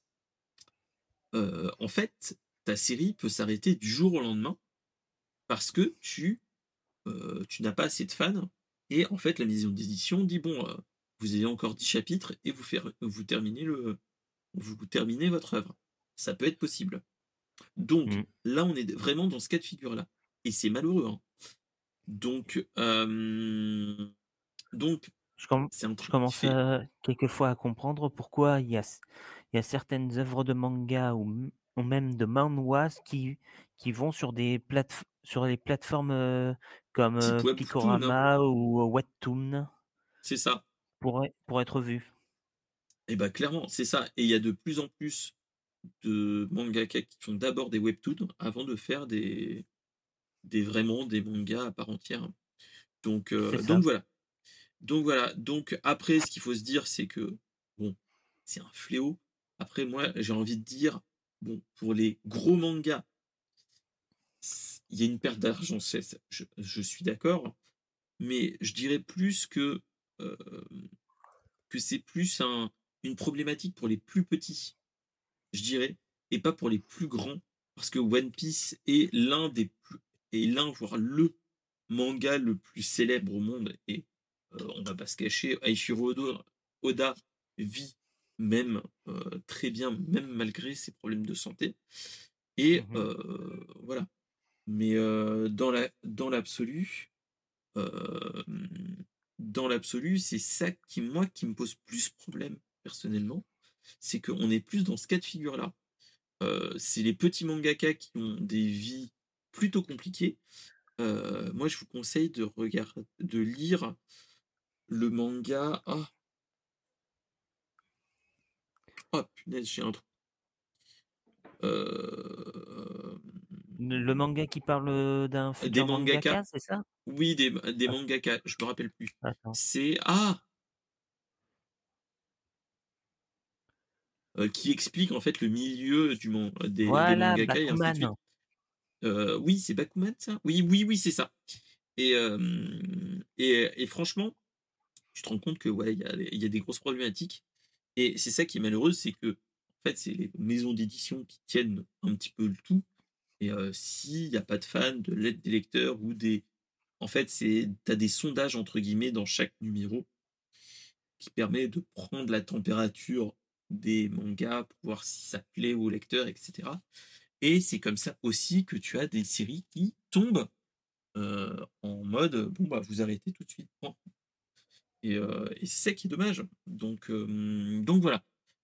heu, en fait, ta série peut s'arrêter du jour au lendemain parce que tu, heu, tu n'as pas assez de fans et en fait, la maison d'édition dit: «Bon, heu, vous avez encore dix chapitres et vous faire vous terminez le vous terminez votre œuvre». Ça peut être possible. Donc Mmh. là, on est vraiment dans ce cas de figure-là et c'est malheureux, hein. Donc hem, donc Je com c'est un je truc qui commence, fait heu, quelquefois à comprendre pourquoi il y a c il y a certaines œuvres de manga ou m ou même de manhwas qui qui vont sur des platef sur les plateformes, heu, comme, type heu, webtoon, hein, Picorama ou Webtoon c'est ça pour ê pour être vus. et bah, clairement, c'est ça et il y a de plus en plus de mangaka qui font d'abord des webtoons avant de faire des des vraiment des mangas à part entière. Donc C'est heu, ça. donc voilà. Donc voilà, donc après ce qu'il faut se dire, c'est que, bon, c'est un fléau. Après moi, j'ai envie de dire, bon, pour les gros mangas, s il y a une perte d'argent, c'est c'est je je suis d'accord, mais je dirais plus que, hem, que c'est plus un une problématique pour les plus petits, je dirais et pas pour les plus grands. Parce que One Piece est l'un des plus est l'un, voire le manga le plus célèbre au monde et heu, on va pas se cacher, Eiichiro Oda Oda vit même, heu, très bien, même malgré ses problèmes de santé et Mmh. heu, voilà. Mais heu, dans la dans l'absolu, hem, dans l'absolu, c'est ça qui, moi, qui me pose plus problème, personnellement. C'est qu'on est plus dans ce cas de figure-là. Heu, c'est les petits mangaka qui ont des vies plutôt compliquées. Heu, moi, je vous conseille de regard de lire le manga ah! Oh punaise, j'ai un trou. Hem, Le le manga qui parle, heu, d'un des futur mangaka mangaka, c'est ça? oui, des des Ah, mangaka, je me rappelle plus. attends. C'est ah! Heu, qui explique en fait le milieu du man des des Voilà, mangaka et ainsi de Bakuman. suite. Heu, oui, c'est Bakuman ça? Oui, oui, oui, c'est ça et hem et et franchement, tu te rends compte que ouais, il y a il y a des grosses problématiques Et c'est ça qui est malheureux, c'est que, en fait, c'est les maisons d'édition qui tiennent un petit peu le tout et heu, s'il y a pas de fans, de lettres des lecteurs ou des en fait, c'est tu as des «sondages» entre guillemets dans chaque numéro qui permet de prendre la température des mangas pour voir si ça plaît aux lecteurs et cetera et c'est comme ça aussi que tu as des séries qui tombent, heu, en mode, bon, bah, vous arrêtez tout de suite, point et heu et c'est ça qui est dommage donc hem, donc voilà.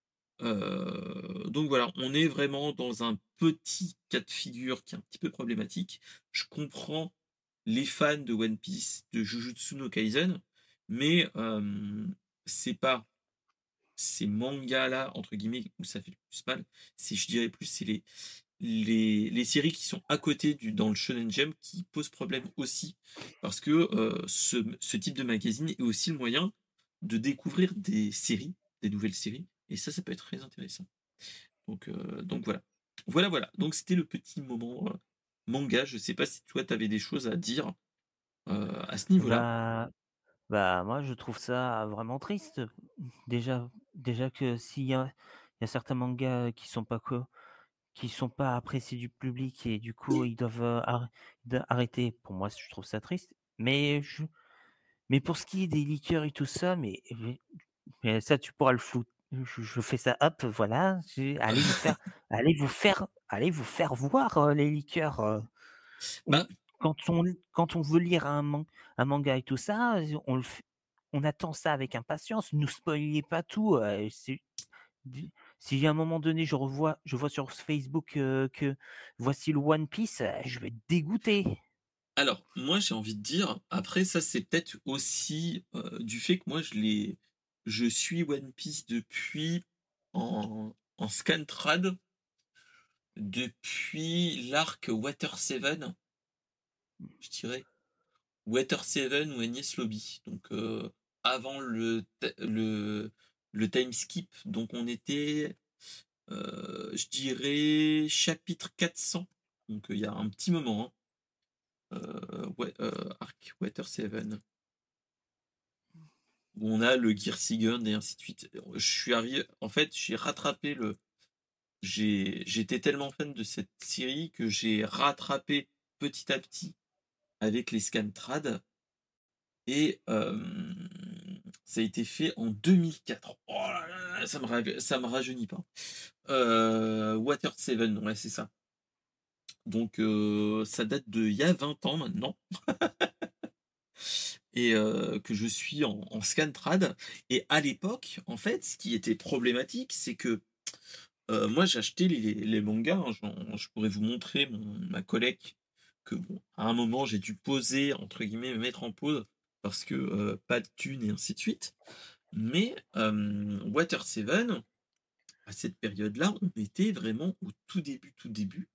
Heu, donc voilà, on est vraiment dans un petit cas de figure qui est un petit peu problématique. Je comprends les fans de One Piece, de Jujutsu no Kaisen, mais hem, c'est pas ces mangas-là, entre guillemets, où ça fait le plus mal, c'est je dirais plus, c'est les les les séries qui sont à côté du dans le Shonen Jump qui posent problème aussi. Parce que, heu, ce ce type de magazine est aussi le moyen de découvrir des séries, des nouvelles séries et ça, ça peut être très intéressant. Donc heu, donc voilà. Voilà, voilà. Donc c'était le petit moment, heu, manga. Je sais pas si toi, tu avais des choses à dire, heu, à ce niveau-là? Bah bah, moi, je trouve ça vraiment triste. Déjà déjà que s'il y a il y a certains mangas qui sont pas co qui sont pas appréciés du public et du coup, ils doivent, heu, arr de arrêter. Pour moi, je trouve ça triste. Mais je mais pour ce qui est des liqueurs et tout ça, mais mais mais ça, tu pourras le foutre. Je je fais ça, hop, voilà, j'ai allez vous faire allez vous faire allez vous faire voir, heu, les liqueurs, heu. Bah, On quand on quand on veut lire un man un manga et tout ça, on le f on attend ça avec impatience. Nous spoilez pas tout, heu, c'est d si à un moment donné, je revois je vois sur Facebook, heu, que voici le One Piece, heu, je vais être dégoûté. alors moi, j'ai envie de dire, après ça, c'est peut-être aussi, heu, du fait que moi je l'ai je suis One Piece depuis en en scantrad depuis l'arc Water seven, je dirais. Water seven ou Enies Lobby. Donc heu, avant le t le le time skip, donc on était, heu, je dirais chapitre quatre cents, donc heu, il y a un petit moment, hein. Heu, ouais, heu, arc Water seven, où on a le Gear Gun et ainsi de suite. Je suis arrivé en fait, j'ai rattrapé le j'ai j'étais tellement fan de cette série que j'ai rattrapé petit à petit avec les scantrad et hem, ça a été fait en deux mille quatre. Oh là là là, ça me rav ça me rajeunit pas. Heu, Water seven, ouais, c'est ça. Donc heu, ça date d'il y a vingt ans maintenant et heu, que je suis en en scantrad et à l'époque, en fait, ce qui était problématique, c'est que, heu, moi j'achetais les les mangas, hein, j'en je pourrais vous montrer mon ma collecte que bon, à un moment j'ai dû «poser» entre guillemets, me mettre en pause parce que, heu, pas de thunes et ainsi de suite. Mais hem, Water seven, à cette période-là, on était vraiment au tout début, tout début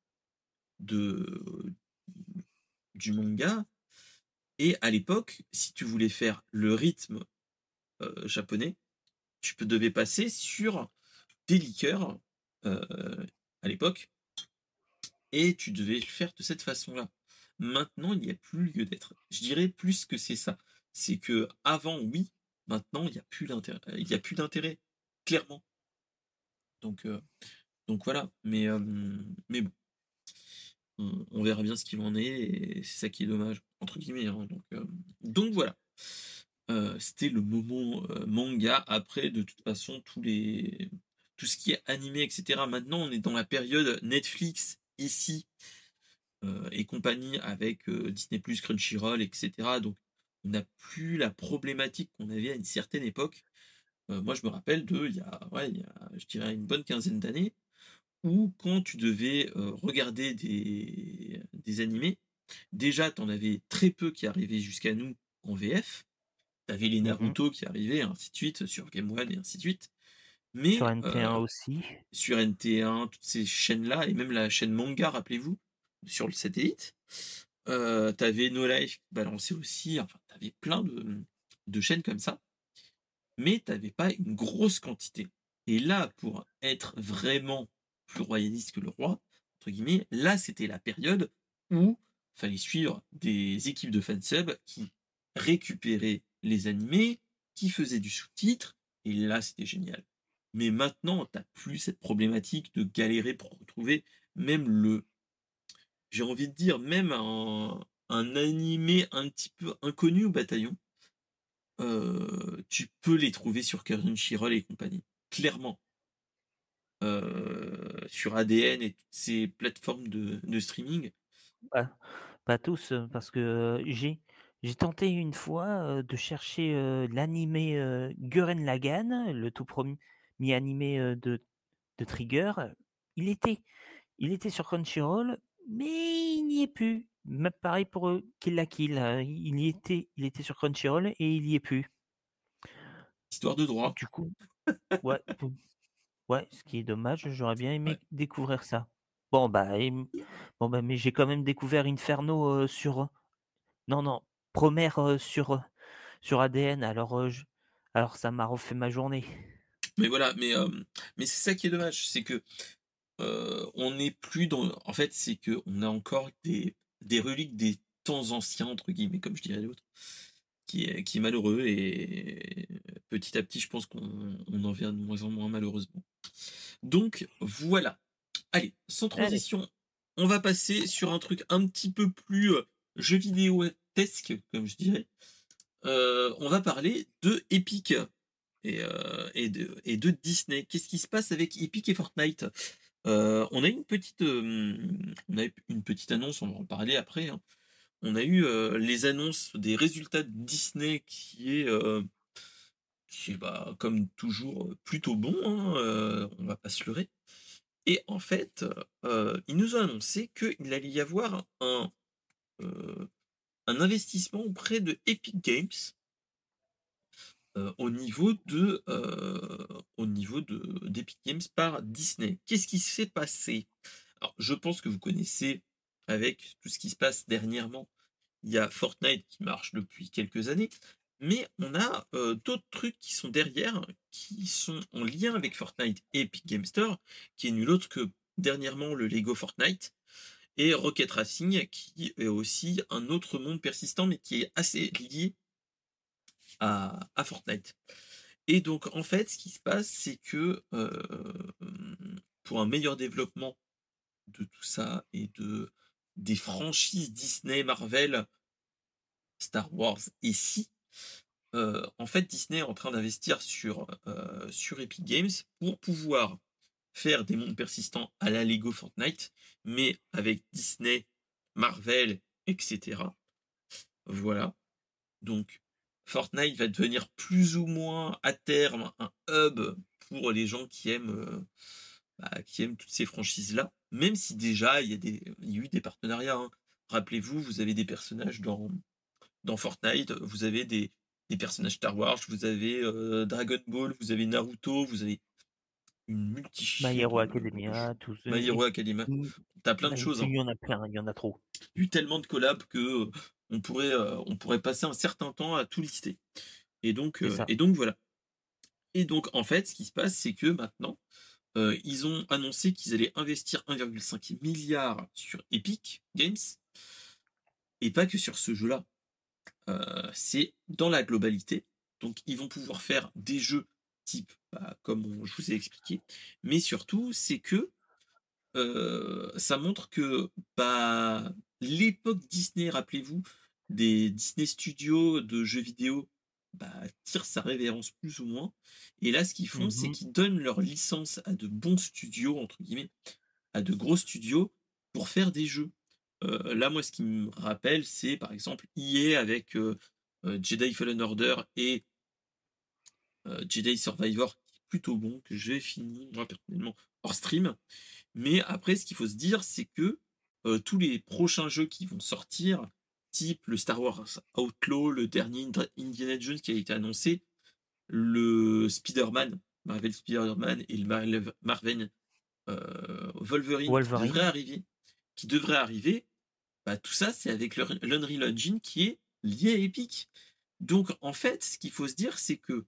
de du manga et à l'époque, si tu voulais faire le rythme, heu, japonais, tu peux devais passer sur des liqueurs, heu, à l'époque et tu devais le faire de cette façon-là. Maintenant, il n'y a plus lieu d'être. Je dirais plus que c'est ça. C'est que avant, oui, maintenant, il y a plus d'intérêt il y a plus d'intérêt, clairement. Donc heu, donc voilà. Mais hem, mais bon. On on verra bien ce qu'il en est et c'est ça qui est «dommage» entre guillemets, hein, donc hem, donc voilà. Heu, c'était le moment, heu, manga. Après de toute façon tous les tout ce qui est animé et cetera, maintenant on est dans la période Netflix ici, heu et compagnie avec, heu, Disney+, Crunchyroll et cetera, donc on n'a plus la problématique qu'on avait à une certaine époque. Heu, moi je me rappelle de il y a ouais, il y a je dirais une bonne quinzaine d'années ou quand tu devais, heu, regarder des des animés, déjà tu en avais très peu qui arrivaient jusqu'à nous en V F. Tu avais les Mmh. Naruto qui arrivaient, ainsi de suite, sur Game One et ainsi de suite. Sur Mais, N T un heu, aussi. sur N T un, toutes ces chaînes-là et même la chaîne Manga, rappelez-vous, sur le satellite, heu, tu avais No Life qui balançait aussi, enfin, tu avais plein de, mmh, de chaînes comme ça, mais tu avais pas une grosse quantité. Et là, pour être vraiment plus royaliste que le roi, entre guillemets, là, c'était la période où fallait suivre des équipes de fansub qui récupéraient les animés, qui faisaient du sous-titre, et là, c'était génial. Mais maintenant, tu as plus cette problématique de galérer pour retrouver même le j'ai envie de dire, même un un animé un petit peu inconnu au bataillon, heu, tu peux les trouver sur Crunchyroll et compagnie, clairement. Heu, sur A D N et toutes ces plateformes de de streaming. Pas pas tous, heu, parce que, heu, j'ai j'ai tenté une fois, heu, de chercher, heu, l'animé, heu, Gurren Lagann, le tout premier animé, heu, de de Trigger. Il était il était sur Crunchyroll, mais il n'y est plus. Même pareil pour, heu, Kill la Kill, heu, il y était il était sur Crunchyroll et il y est plus. Histoire de droit. Du coup, ouais, p ouais, ce qui est dommage, j'aurais bien Ouais. aimé découvrir ça. Bon, bah, et mmh, bon, bah, mais j'ai quand même découvert Inferno, heu, sur, non, non, Promare, heu, sur, heu, sur A D N, alors, heu, je alors ça m'a refait ma journée. Mais voilà, mais, hem, mais c'est ça qui est dommage, c'est que, heu, on n'est plus dans en fait, c'est qu'on a encore des des reliques des «temps anciens» entre guillemets, comme je dirais l'autre, qui est qui est malheureux et petit à petit, je pense qu'on on en vient de moins en moins malheureusement. Donc voilà. Allez, sans Allez, transition, on va passer sur un truc un petit peu plus, heu, jeu vidéo-tesque, comme je dirais. Heu, on va parler de Epic et heu et de et de Disney. Qu'est-ce qui se passe avec Epic et Fortnite? Heu, on a une petite, hem, on a eu une petite annonce, on va en parler après, hein. On a eu, heu, les annonces des résultats de Disney qui est, heu, qui est, bah, comme toujours, heu, plutôt bon, hein, heu, on va pas se leurrer. Et en fait, heu, ils nous ont annoncé qu'il allait y avoir un, heu, un investissement auprès de Epic Games, heu, au niveau de, heu, au niveau de d'Epic Games par Disney. Qu'est-ce qui s'est passé? Alors, je pense que vous connaissez avec tout ce qui se passe dernièrement. Il y a Fortnite qui marche depuis quelques années, mais on a, heu, d'autres trucs qui sont derrière, qui sont en lien avec Fortnite et Epic Games Store, qui est nul autre que dernièrement le Lego Fortnite et Rocket Racing qui est aussi un autre monde persistant, mais qui est assez lié à à Fortnite. Et donc en fait, ce qui se passe, c'est que, hem, pour un meilleur développement de tout ça et de des franchises Disney, Marvel, Star Wars ici, heu, en fait, Disney est en train d'investir sur, heu, sur Epic Games pour pouvoir faire des mondes persistants à la Lego Fortnite, mais avec Disney, Marvel et cetera. Voilà, donc Fortnite va devenir plus ou moins à terme un hub pour les gens qui aiment, heu, bah, qui aiment toutes ces franchises-là, même si déjà il y a des il y a eu des partenariats, hein. Rappelez-vous, vous avez des personnages dans dans Fortnite, vous avez des des personnages Star Wars, vous avez, heu, Dragon Ball, vous avez Naruto, vous avez une My multitude Hero de jeux. Academia, tout ce My et Hero Academia. mmh, Tu plein de bah, et choses, puis hein. il y en a plein, il y en a trop. Il y a eu tellement de collabs que, heu, on pourrait, heu, on pourrait passer un certain temps à tout lister. Et donc, C'est heu ça. et donc voilà. Et donc en fait, ce qui se passe, c'est que maintenant, heu, ils ont annoncé qu'ils allaient investir un virgule cinq milliard sur Epic Games et pas que sur ce jeu-là. Heu, c'est dans la globalité. Donc ils vont pouvoir faire des jeux type, bah, comme on je vous ai expliqué, mais surtout, c'est que, heu, ça montre que, bah, l'époque Disney, rappelez-vous, des Disney Studios de jeux vidéo, bah, tire sa révérence plus ou moins. Et là, ce qu'ils font, c'est Mmh. qu'ils donnent leur licence à de «bons studios» entre guillemets, à de gros studios pour faire des jeux. Heu, là, moi, ce qui me rappelle, c'est par exemple E A avec, heu heu, Jedi Fallen Order et heu, Jedi Survivor, qui est plutôt bon, que j'ai fini moi personnellement hors stream. Mais après, ce qu'il faut se dire, c'est que, heu, tous les prochains jeux qui vont sortir, type le Star Wars Outlaw, le dernier Indra Indiana Jones qui a été annoncé, le Spider-Man, Marvel Spider-Man et le Marlev Marvel, heu, Wolverine qui devrait Wolverine, arriver qui devrait arriver, bah, tout ça, c'est avec le l'Unreal Engine qui est lié à Epic. Donc en fait, ce qu'il faut se dire, c'est que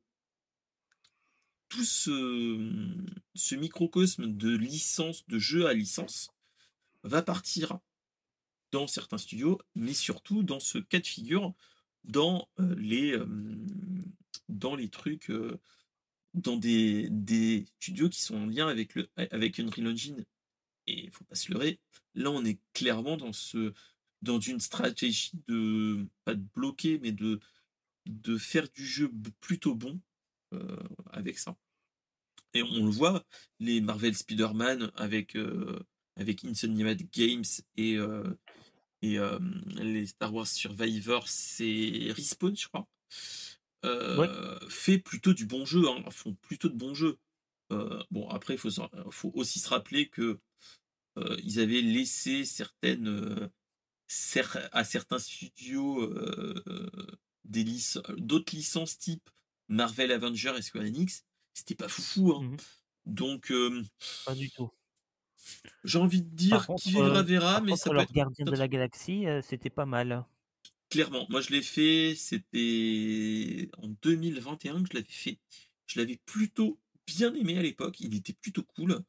tout ce, mmh, ce microcosme de licence, de jeux à licence, va partir dans certains studios, mais surtout dans ce cas de figure, dans, heu, les, hem, dans les trucs, heu dans des des studios qui sont en lien avec le avec Unreal Engine et il faut pas se leurrer, là, on est clairement dans ce dans une stratégie de pas de bloquer, mais de de faire du jeu b plutôt bon, heu, avec ça et on le voit, les Marvel Spider-Man avec, heu, avec Insomniac Games et heu et hem, les Star Wars Survivor, c'est Respawn, je crois, Oui. heu, fait plutôt du bon jeu, hein, font plutôt de bons jeux. Heu, bon après il faut s'en faut aussi se rappeler que, heu, ils avaient laissé certaines, heu, cer à certains studios, heu, des lic d'autres licences type Marvel, Avengers et Square Enix, c'était pas foufou, hein. Mmh mh. Donc hem, Pas du tout. j'ai envie de Par dire: «Qui contre, vivra heu, verra», par mais ça contre peut leurs être Gardiens de int la Galaxie, heu, c'était pas mal. clairement, moi je l'ai fait, c'était en deux mille vingt et un que je l'avais fait. Je l'avais plutôt bien aimé à l'époque, il était plutôt cool,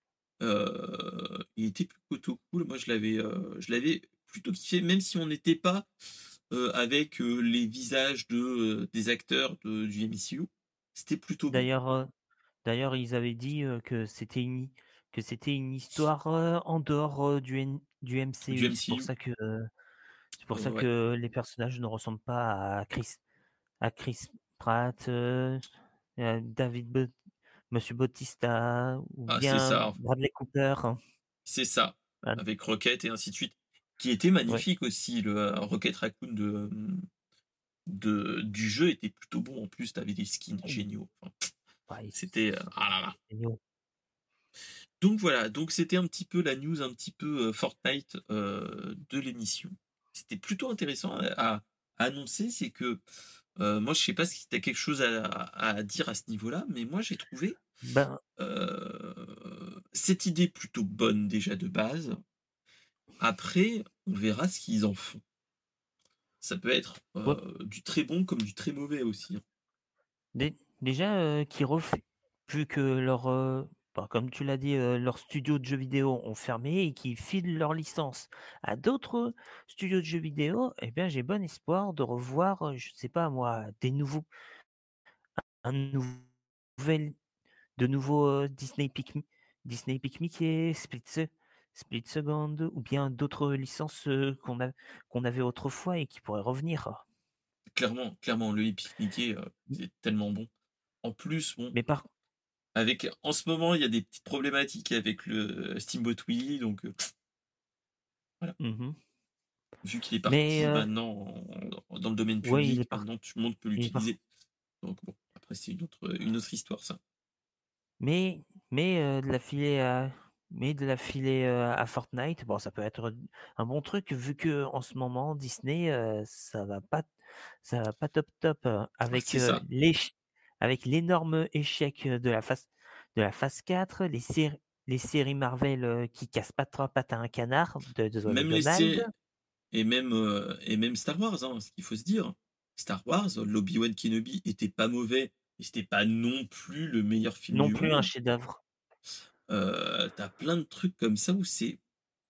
heu, il était plutôt cool. Moi je l'avais, heu, je l'avais plutôt kiffé, même si on n'était pas, heu, avec, heu, les visages de, heu, des acteurs de du M C U, c'était plutôt bon. D'ailleurs, heu, d'ailleurs ils avaient dit, heu, que c'était une que c'était une histoire, heu, en dehors, heu, du N du Du M C U. C'est pour M C U, ça que c'est pour ça ouais, que les personnages ne ressemblent pas à Chris à Chris Pratt, heu, à David Bau Monsieur Bautista ou ah c'est bien ça, Bradley Cooper. c'est ça, Ah avec Rocket et ainsi de suite, qui était ouais. magnifique aussi, le, heu, Rocket Raccoon de, hem De du jeu était plutôt bon en plus, tu avais des skins Mmh. géniaux, enfin, Ouais, ils c'était, heu, ah là là. c'est géniaux. Donc voilà, donc c'était un petit peu la news un petit peu, heu, Fortnite, heu, de l'émission. C'était plutôt intéressant à à à annoncer, c'est que, heu, moi je sais pas si tu as quelque chose à à dire à ce niveau-là, mais moi j'ai trouvé, Ben, heu, cette idée plutôt bonne déjà de base. Après, on verra ce qu'ils en font. Ça peut être, ouais, heu, du très bon comme du très mauvais aussi, hein. dé déjà, heu, qu'ils ref vu que leur, heu, bah, comme tu l'as dit, heu, leurs studios de jeux vidéo ont fermé et qu'ils filent leur licence à d'autres studios de jeux vidéo, et bien, j'ai bon espoir de revoir, heu, je sais pas moi, des nouveaux un nouvel de nouveaux, heu, Disney Pikmi Disney Pikmickey, Split Se Split Second ou bien d'autres licences, heu, qu'on a qu'on avait autrefois et qui pourraient revenir. Clairement, clairement, le Epic Mickey, heu, c'est tellement bon. En plus, bon, Mais par avec en ce moment, il y a des petites problématiques avec le Steamboat Willie, donc heu, voilà. mmh Vu qu'il est Mais, parti heu, maintenant en dans le domaine ouais, il est public, par maintenant tout le monde peut il est par l'utiliser. Donc bon, après c'est une autre, une autre histoire ça. mais mais, heu, de la filer à mais de la filer, heu, à Fortnite, bon, ça peut être un bon truc vu que en ce moment Disney, heu, ça va pas ça va pas top top, heu, Ah avec, c'est heu, ça. l'éch avec l'énorme échec, heu, de la phase de la phase quatre, les sér les séries Marvel, heu, qui cassent pas trois pattes à un canard, de désolé Même les Donald. sé et même, heu et même Star Wars, hein, ce qu'il faut se dire. Star Wars, l'Obi-Wan Kenobi était pas mauvais, mais c'était pas non plus le meilleur film Non du plus un monde. chef-d'œuvre. Heu, tu plein de trucs comme ça où c'est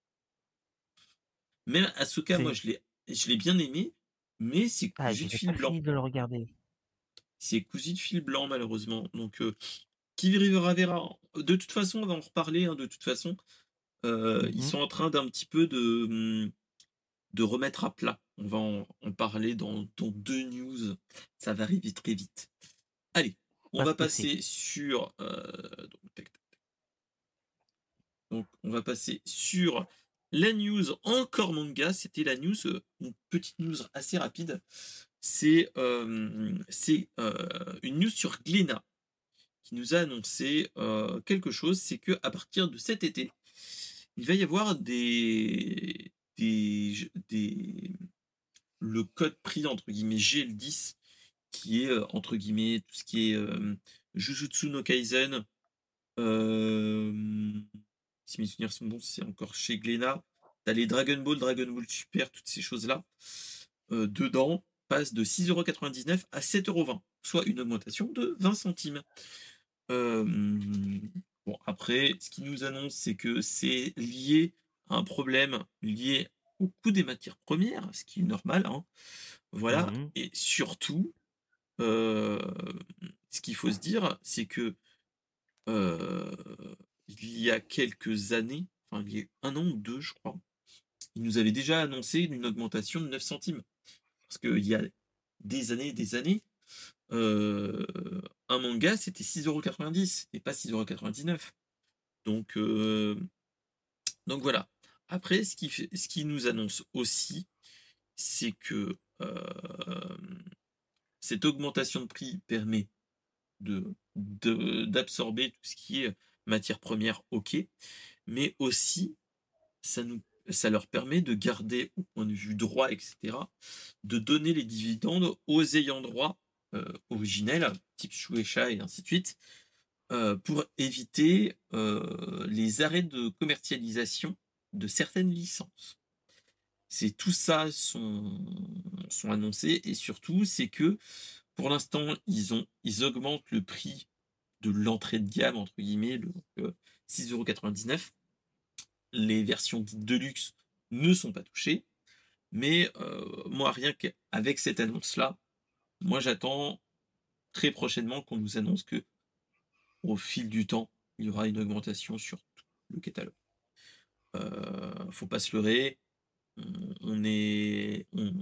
même Asuka, moi C'est je l'ai je l'ai bien aimé, mais c'est ah, cousu de j'ai fil pas blanc. fini de le regarder. C'est cousu de fil blanc malheureusement, donc heu, qui vivra verra. De toute façon, on va en reparler, hein, de toute façon. Heu, ils Mmh. sont en train d'un petit peu de, mmh, de remettre à plat. On va en en parler dans dans deux news. Ça va arriver très vite. Allez, on Pas de va souci. passer sur, heu, donc tac, tac, donc on va passer sur la news encore manga. C'était la news, heu, une petite news assez rapide. C'est, hem, c'est, heu, une news sur Glénat qui nous a annoncé, heu, quelque chose, c'est que à partir de cet été, il va y avoir des des j des le code prix entre guillemets «G L dix» qui est, heu, entre guillemets, tout ce qui est, hem, Jujutsu no Kaisen, hem, si mes souvenirs sont bons, c'est encore chez Glénat. Tu as les Dragon Ball, Dragon Ball Super, toutes ces choses-là, heu, dedans, passent de six euros quatre-vingt-dix-neuf à sept euros vingt, soit une augmentation de vingt centimes. Hem, bon après, ce qu'ils nous annonce, c'est que c'est lié à un problème lié au coût des matières premières, ce qui est normal, hein. Voilà Mmh. et surtout, heu, ce qu'il faut se dire, c'est que, heu, il y a quelques années, enfin il y a un an ou deux je crois, ils nous avaient déjà annoncé une augmentation de neuf centimes. Parce qu'il y a des années et des années, heu, un manga c'était six euros quatre-vingt-dix et pas six euros quatre-vingt-dix-neuf. Donc heu, donc voilà. Après ce qui fait ce qu'ils nous annoncent aussi, c'est que, hem, cette augmentation de prix permet de de d'absorber tout ce qui est matières premières, OK, mais aussi ça nous ça leur permet de garder, au point de vue droit et cetera, de donner les dividendes aux ayants droit, heu, originels, type Shueisha et ainsi de suite, heu, pour éviter, heu, les arrêts de commercialisation de certaines licences. C'est tout ça sont sont annoncés et surtout, c'est que, pour l'instant, ils ont ils augmentent le prix de «l'entrée de gamme» entre guillemets, le donc heu, six euros quatre-vingt-dix-neuf. Les versions dites de luxe ne sont pas touchées, mais heu, moi rien qu'avec cette annonce-là, moi j'attends très prochainement qu'on nous annonce que au fil du temps, il y aura une augmentation sur tout le catalogue. Heu, faut pas se leurrer, on on est on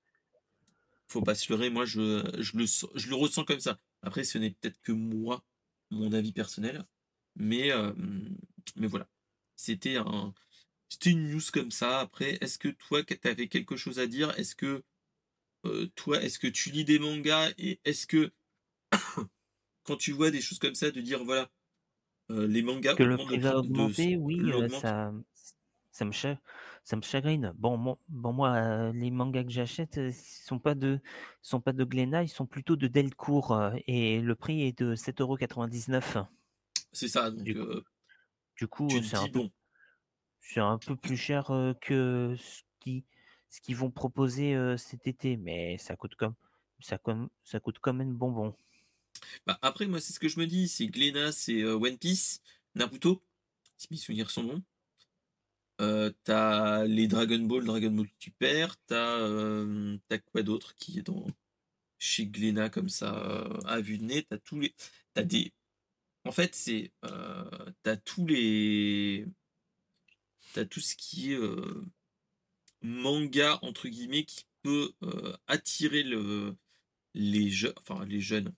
faut pas se leurrer, moi je je le sens je le ressens comme ça. Après ce n'est peut-être que moi, mon avis personnel, mais hem, mais voilà. C'était un c'était une news comme ça. Après, est-ce que toi, tu avais quelque chose à dire? Est-ce que, heu, toi, est-ce que tu lis des mangas et est-ce que quand tu vois des choses comme ça, de dire voilà, heu, les mangas Que le augmentent de prix prix va de augmenter, oui, heu, l'augmentent? ça ça me cha ça me chagrine. Bon mon bon moi, heu, les mangas que j'achète, heu, sont pas de sont pas de Glénat, ils sont plutôt de Delcourt, heu et le prix est de sept euros quatre-vingt-dix-neuf. C'est ça, Du donc coup heu, du coup, tu heu, te c'est un dis peu bon, c'est un peu plus cher, heu, que ce qui ce qu'ils vont proposer, heu, cet été, mais ça coûte comme ça comme ça coûte quand même bonbon. bah, après moi c'est ce que je me dis, c'est Glénat, c'est, heu, One Piece, Naruto, si mes souvenirs sont bons. Heu, tu les Dragon Ball, Dragon Ball Super, tu as, hem, quoi d'autre qui est dans chez Glénat comme ça, heu, à vue de nez? Tu tous les t'as des en fait c'est, heu, tu tous les t'as tout ce qui est, heu, manga entre guillemets qui peut, heu, attirer le les jeunes enfin les jeunes,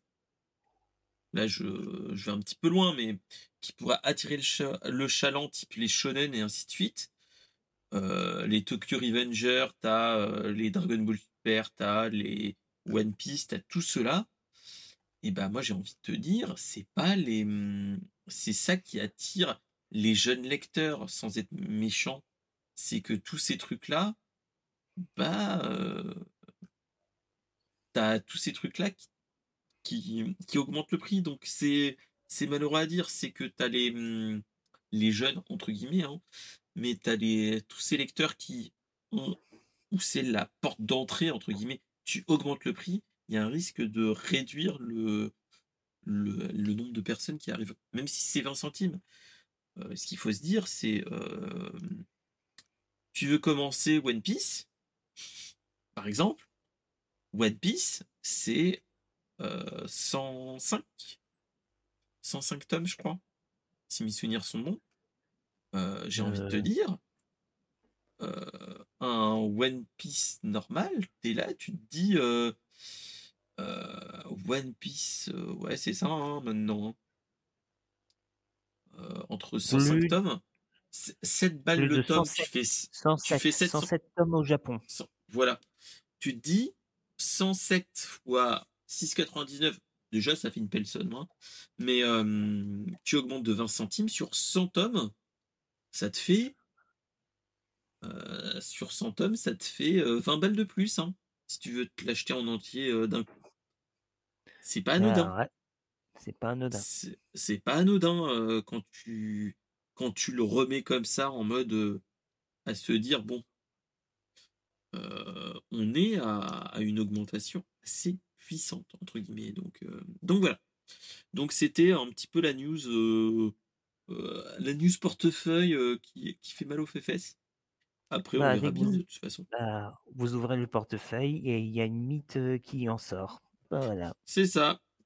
là je je vais un petit peu loin, mais qui pourra attirer le cha le chaland type les shonen et ainsi de suite. Heu, les Tokyo Revengers, tu as, les Dragon Ball Super, tu as les One Piece, tu as tout cela et ben moi j'ai envie de te dire, c'est pas les, mmh, c'est ça qui attire les jeunes lecteurs sans être méchant. C'est que tous ces trucs-là, bah, heu, tu tous ces trucs-là qui qui qui augmentent le prix donc c'est c'est malheureux à dire. C'est que tu as les, mmh, les «jeunes» entre guillemets, hein, mais tu as les tous ces lecteurs qui ont où c'est la «porte d'entrée» entre guillemets, tu augmentes le prix, il y a un risque de réduire le le le nombre de personnes qui arrivent, même si c'est vingt centimes. Heu, ce qu'il faut se dire, c'est, hem, tu veux commencer One Piece, par exemple, One Piece, c'est, heu, cent cinq cent cinq tomes, je crois, si mes souvenirs sont bons. Heu, j'ai envie de te Heu, dire, heu, un One Piece normal, tu es là, tu te dis, heu heu, One Piece, heu, ouais, c'est ça, hein, maintenant, hein. Heu, entre cent cinq plus tomes, s sept balles plus de le tome, tu cent sept fais s cent tu sept fais sept cent cents sept tomes au Japon. cent voilà. Tu te dis cent sept fois six quatre-vingt-dix-neuf, déjà ça fait une belle somme, hein, mais hem, tu augmentes de vingt centimes sur cent tomes, ça te fait, heu, sur cent tomes, ça te fait, heu, vingt balles de plus, hein, si tu veux te l'acheter en entier, heu, d'un coup. C'est pas anodin. Ah ouais, c'est pas anodin. C'est c'est pas anodin, heu, quand tu quand tu le remets comme ça en mode, heu, à se dire: «Bon, heu, on est à à une augmentation assez puissante» entre guillemets donc heu, donc voilà. Donc c'était un petit peu la news, heu heu, la news portefeuille, heu, qui qui fait mal aux fesses. Après on Bah, verra dès que bien vous de toute façon. bah, vous ouvrez le portefeuille et il y a une mythe, heu, qui en sort. Voilà. C'est ça,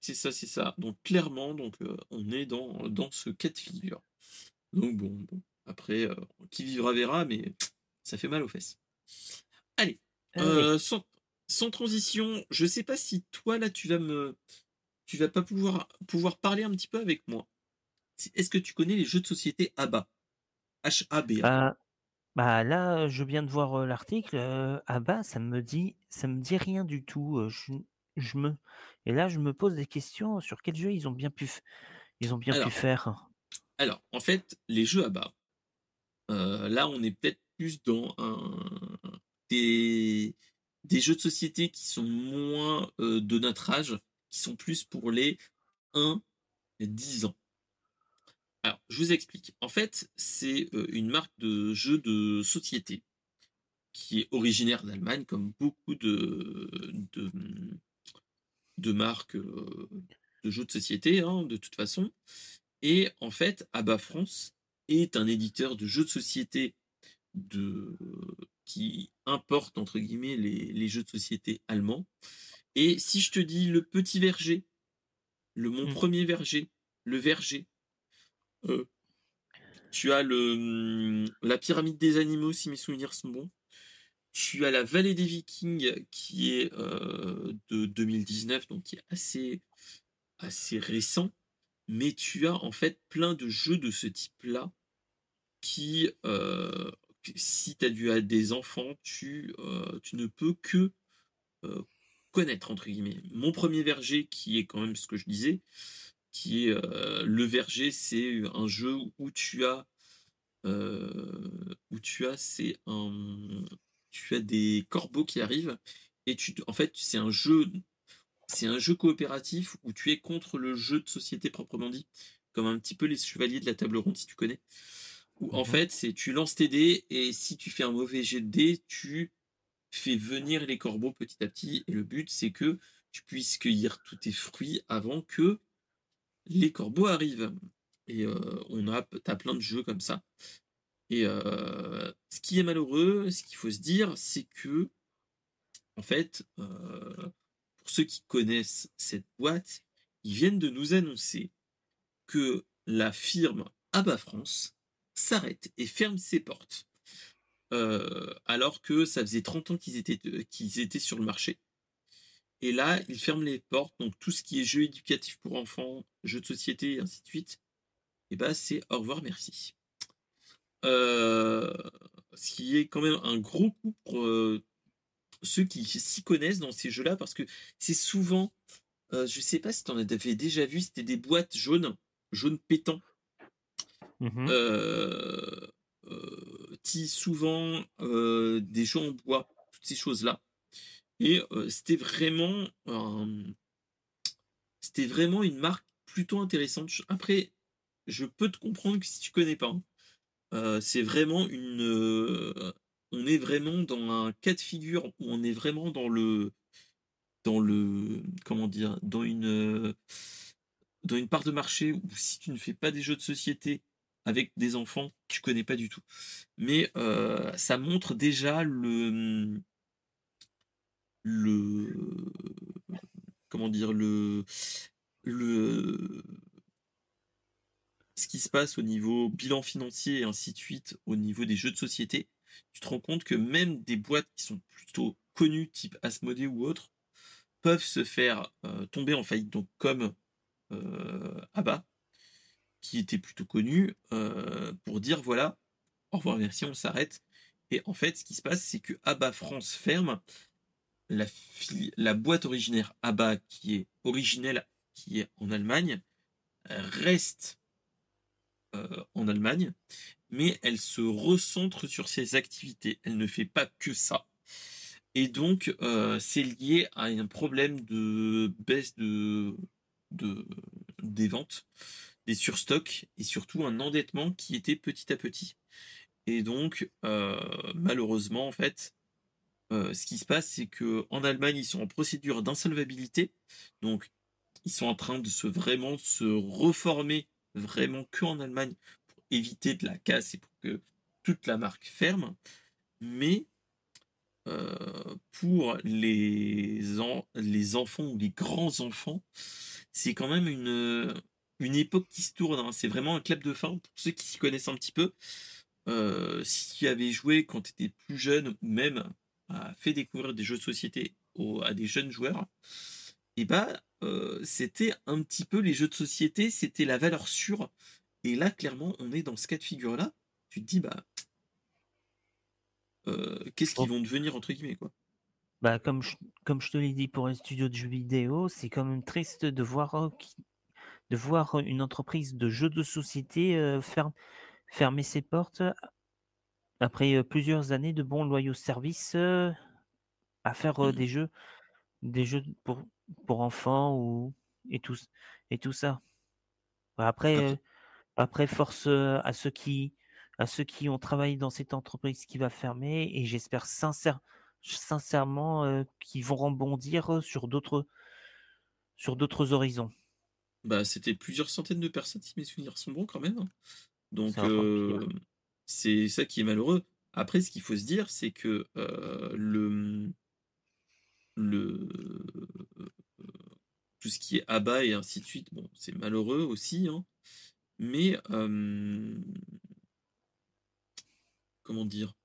C'est ça, c'est ça. Donc clairement, donc, heu, on est dans dans ce cas de figure. Donc bon bon, après, heu, qui vivra verra, mais ça fait mal aux fesses. Allez, Allez, heu, sans sans transition, je sais pas si toi là tu vas me tu vas pas pouvoir pouvoir parler un petit peu avec moi. C'est est-ce que tu connais les jeux de société A B A? H A B A. bah bah, là, je viens de voir, heu, l'article, heu, ABBA, ça me dit ça me dit rien du tout, heu, je je me et là, je me pose des questions sur quel jeu ils ont bien pu f ils ont bien pu Alors faire. alors, en fait, les jeux A B A, heu, là on est peut-être plus dans un des des jeux de société qui sont moins, heu, de notre âge, qui sont plus pour les un dix ans. Alors, je vous explique. En fait, c'est, heu, une marque de jeux de société qui est originaire d'Allemagne, comme beaucoup de de, mmh, de marques, heu, de jeux de société, hein, de toute façon. Et en fait, A B A France est un éditeur de jeux de société de qui «importe» entre guillemets les les jeux de société allemands. Et si je te dis Le Petit Verger, le Mon Mmh. Premier Verger, Le Verger, heu, tu as le, mmh, La Pyramide des Animaux si mes souvenirs sont bons. Tu as La Vallée des Vikings qui est, heu, de deux mille dix-neuf, donc qui est assez assez récent. Mais tu as en fait plein de jeux de ce type-là qui, heu, q si tu as dû à des enfants, tu, heu, tu ne peux que, heu, «connaître» entre guillemets. Mon Premier Verger qui est quand même ce que je disais, qui est, heu, Le Verger, c'est, un jeu où tu as, heu, où tu as c'est un, mmh, tu as des corbeaux qui arrivent et tu te en fait, c'est un jeu c'est un jeu coopératif où tu es contre le jeu de société proprement dit, comme un petit peu les Chevaliers de la Table Ronde si tu connais. Où en Mmh. fait, c'est tu lances tes dés et si tu fais un mauvais jet de dés, tu fais venir les corbeaux petit à petit et le but c'est que tu puisses cueillir tous tes fruits avant que les corbeaux arrivent. Et heu, on a tu as plein de jeux comme ça et heu, ce qui est malheureux, ce qu'il faut se dire, c'est que en fait, heu, pour ceux qui connaissent cette boîte, ils viennent de nous annoncer que la firme A B A France s'arrête et ferme ses portes. Heu, alors que ça faisait trente ans qu'ils étaient, heu, qu'ils étaient sur le marché et là, ils ferment les portes, donc tout ce qui est jeux éducatifs pour enfants, jeux de société et ainsi de suite, et bah, c'est au revoir merci. Heu, Ce qui est quand même un gros coup pour, heu, ceux qui s'y connaissent dans ces jeux-là parce que c'est souvent, heu, je sais pas si tu en avais déjà vu, c'était des boîtes jaunes, jaunes pétants, Mmh. heu heu, qui souvent, heu, des jeux en bois, toutes ces choses-là et heu, c'était vraiment un c'était vraiment une marque plutôt intéressante. Ch après, je peux te comprendre que si tu connais pas, hein, heu, c'est vraiment une, heu, on est vraiment dans un cas de figure où on est vraiment dans le dans le comment dire? Dans une, heu, dans une part de marché où si tu ne fais pas des jeux de société avec des enfants, tu connais pas du tout. Mais, heu, ça montre déjà le, mmh, le comment dire? Le le ce qui se passe au niveau bilan financier et ainsi de suite, au niveau des jeux de société, tu te rends compte que même des boîtes qui sont plutôt connues, type Asmodée ou autres, peuvent se faire, heu, tomber en faillite. Donc comme, heu, A B A, qui était plutôt connu, heu, pour dire: «Voilà, au revoir, merci, on s'arrête». Et en fait, ce qui se passe, c'est que A B A France ferme, la fili la boîte originaire A B A qui est originelle, qui est en Allemagne, reste, heu, en Allemagne, mais elle se recentre sur ses activités. Elle ne fait pas que ça. Et donc, heu, c'est lié à un problème de baisse de de des ventes, des surstocks et surtout un endettement qui était petit à petit. Et donc, heu, malheureusement, en fait, heu, ce qui se passe, c'est que en Allemagne, ils sont en procédure d'insolvabilité. Donc, ils sont en train de se vraiment se reformer vraiment que en Allemagne pour éviter de la casse et pour que toute la marque ferme. Mais heu, pour les en les enfants ou les grands enfants, c'est quand même une, heu, une époque qui se tourne, hein. C'est vraiment un clap de fin pour ceux qui s'y connaissent un petit peu. Heu, si tu y avais joué quand tu étais plus jeune ou même a fait découvrir des jeux de société aux à des jeunes joueurs et bah, heu, c'était un petit peu les jeux de société, c'était la valeur sûre et là, clairement, on est dans ce cas de figure-là. Tu te dis: «Bah, heu, qu'est-ce qu'ils Bon, vont devenir?» entre guillemets, quoi. bah, comme je comme je te l'ai dit pour les studios de jeux vidéo, c'est quand même triste de voir, heu, qui de voir une entreprise de jeux de société, heu, ferm fermer ses portes après, heu, plusieurs années de bons loyaux services, heu, à faire, heu, Mmh. des jeux des jeux pour pour enfants ou et tout ç et tout ça. Bah, après, Après heu, après force, heu, à ceux qui à ceux qui ont travaillé dans cette entreprise qui va fermer et j'espère sincère sincèrement, heu, qu'ils vont rebondir, heu, sur d'autres sur d'autres horizons. bah, c'était plusieurs centaines de personnes si mes souvenirs sont bons quand même, hein. C'est Donc encore heu, pire. c'est ça qui est malheureux. Après ce qu'il faut se dire, c'est que, heu, le, mmh, le tout ce qui est A B A et ainsi de suite, bon, c'est malheureux aussi, hein, mais hem, comment dire?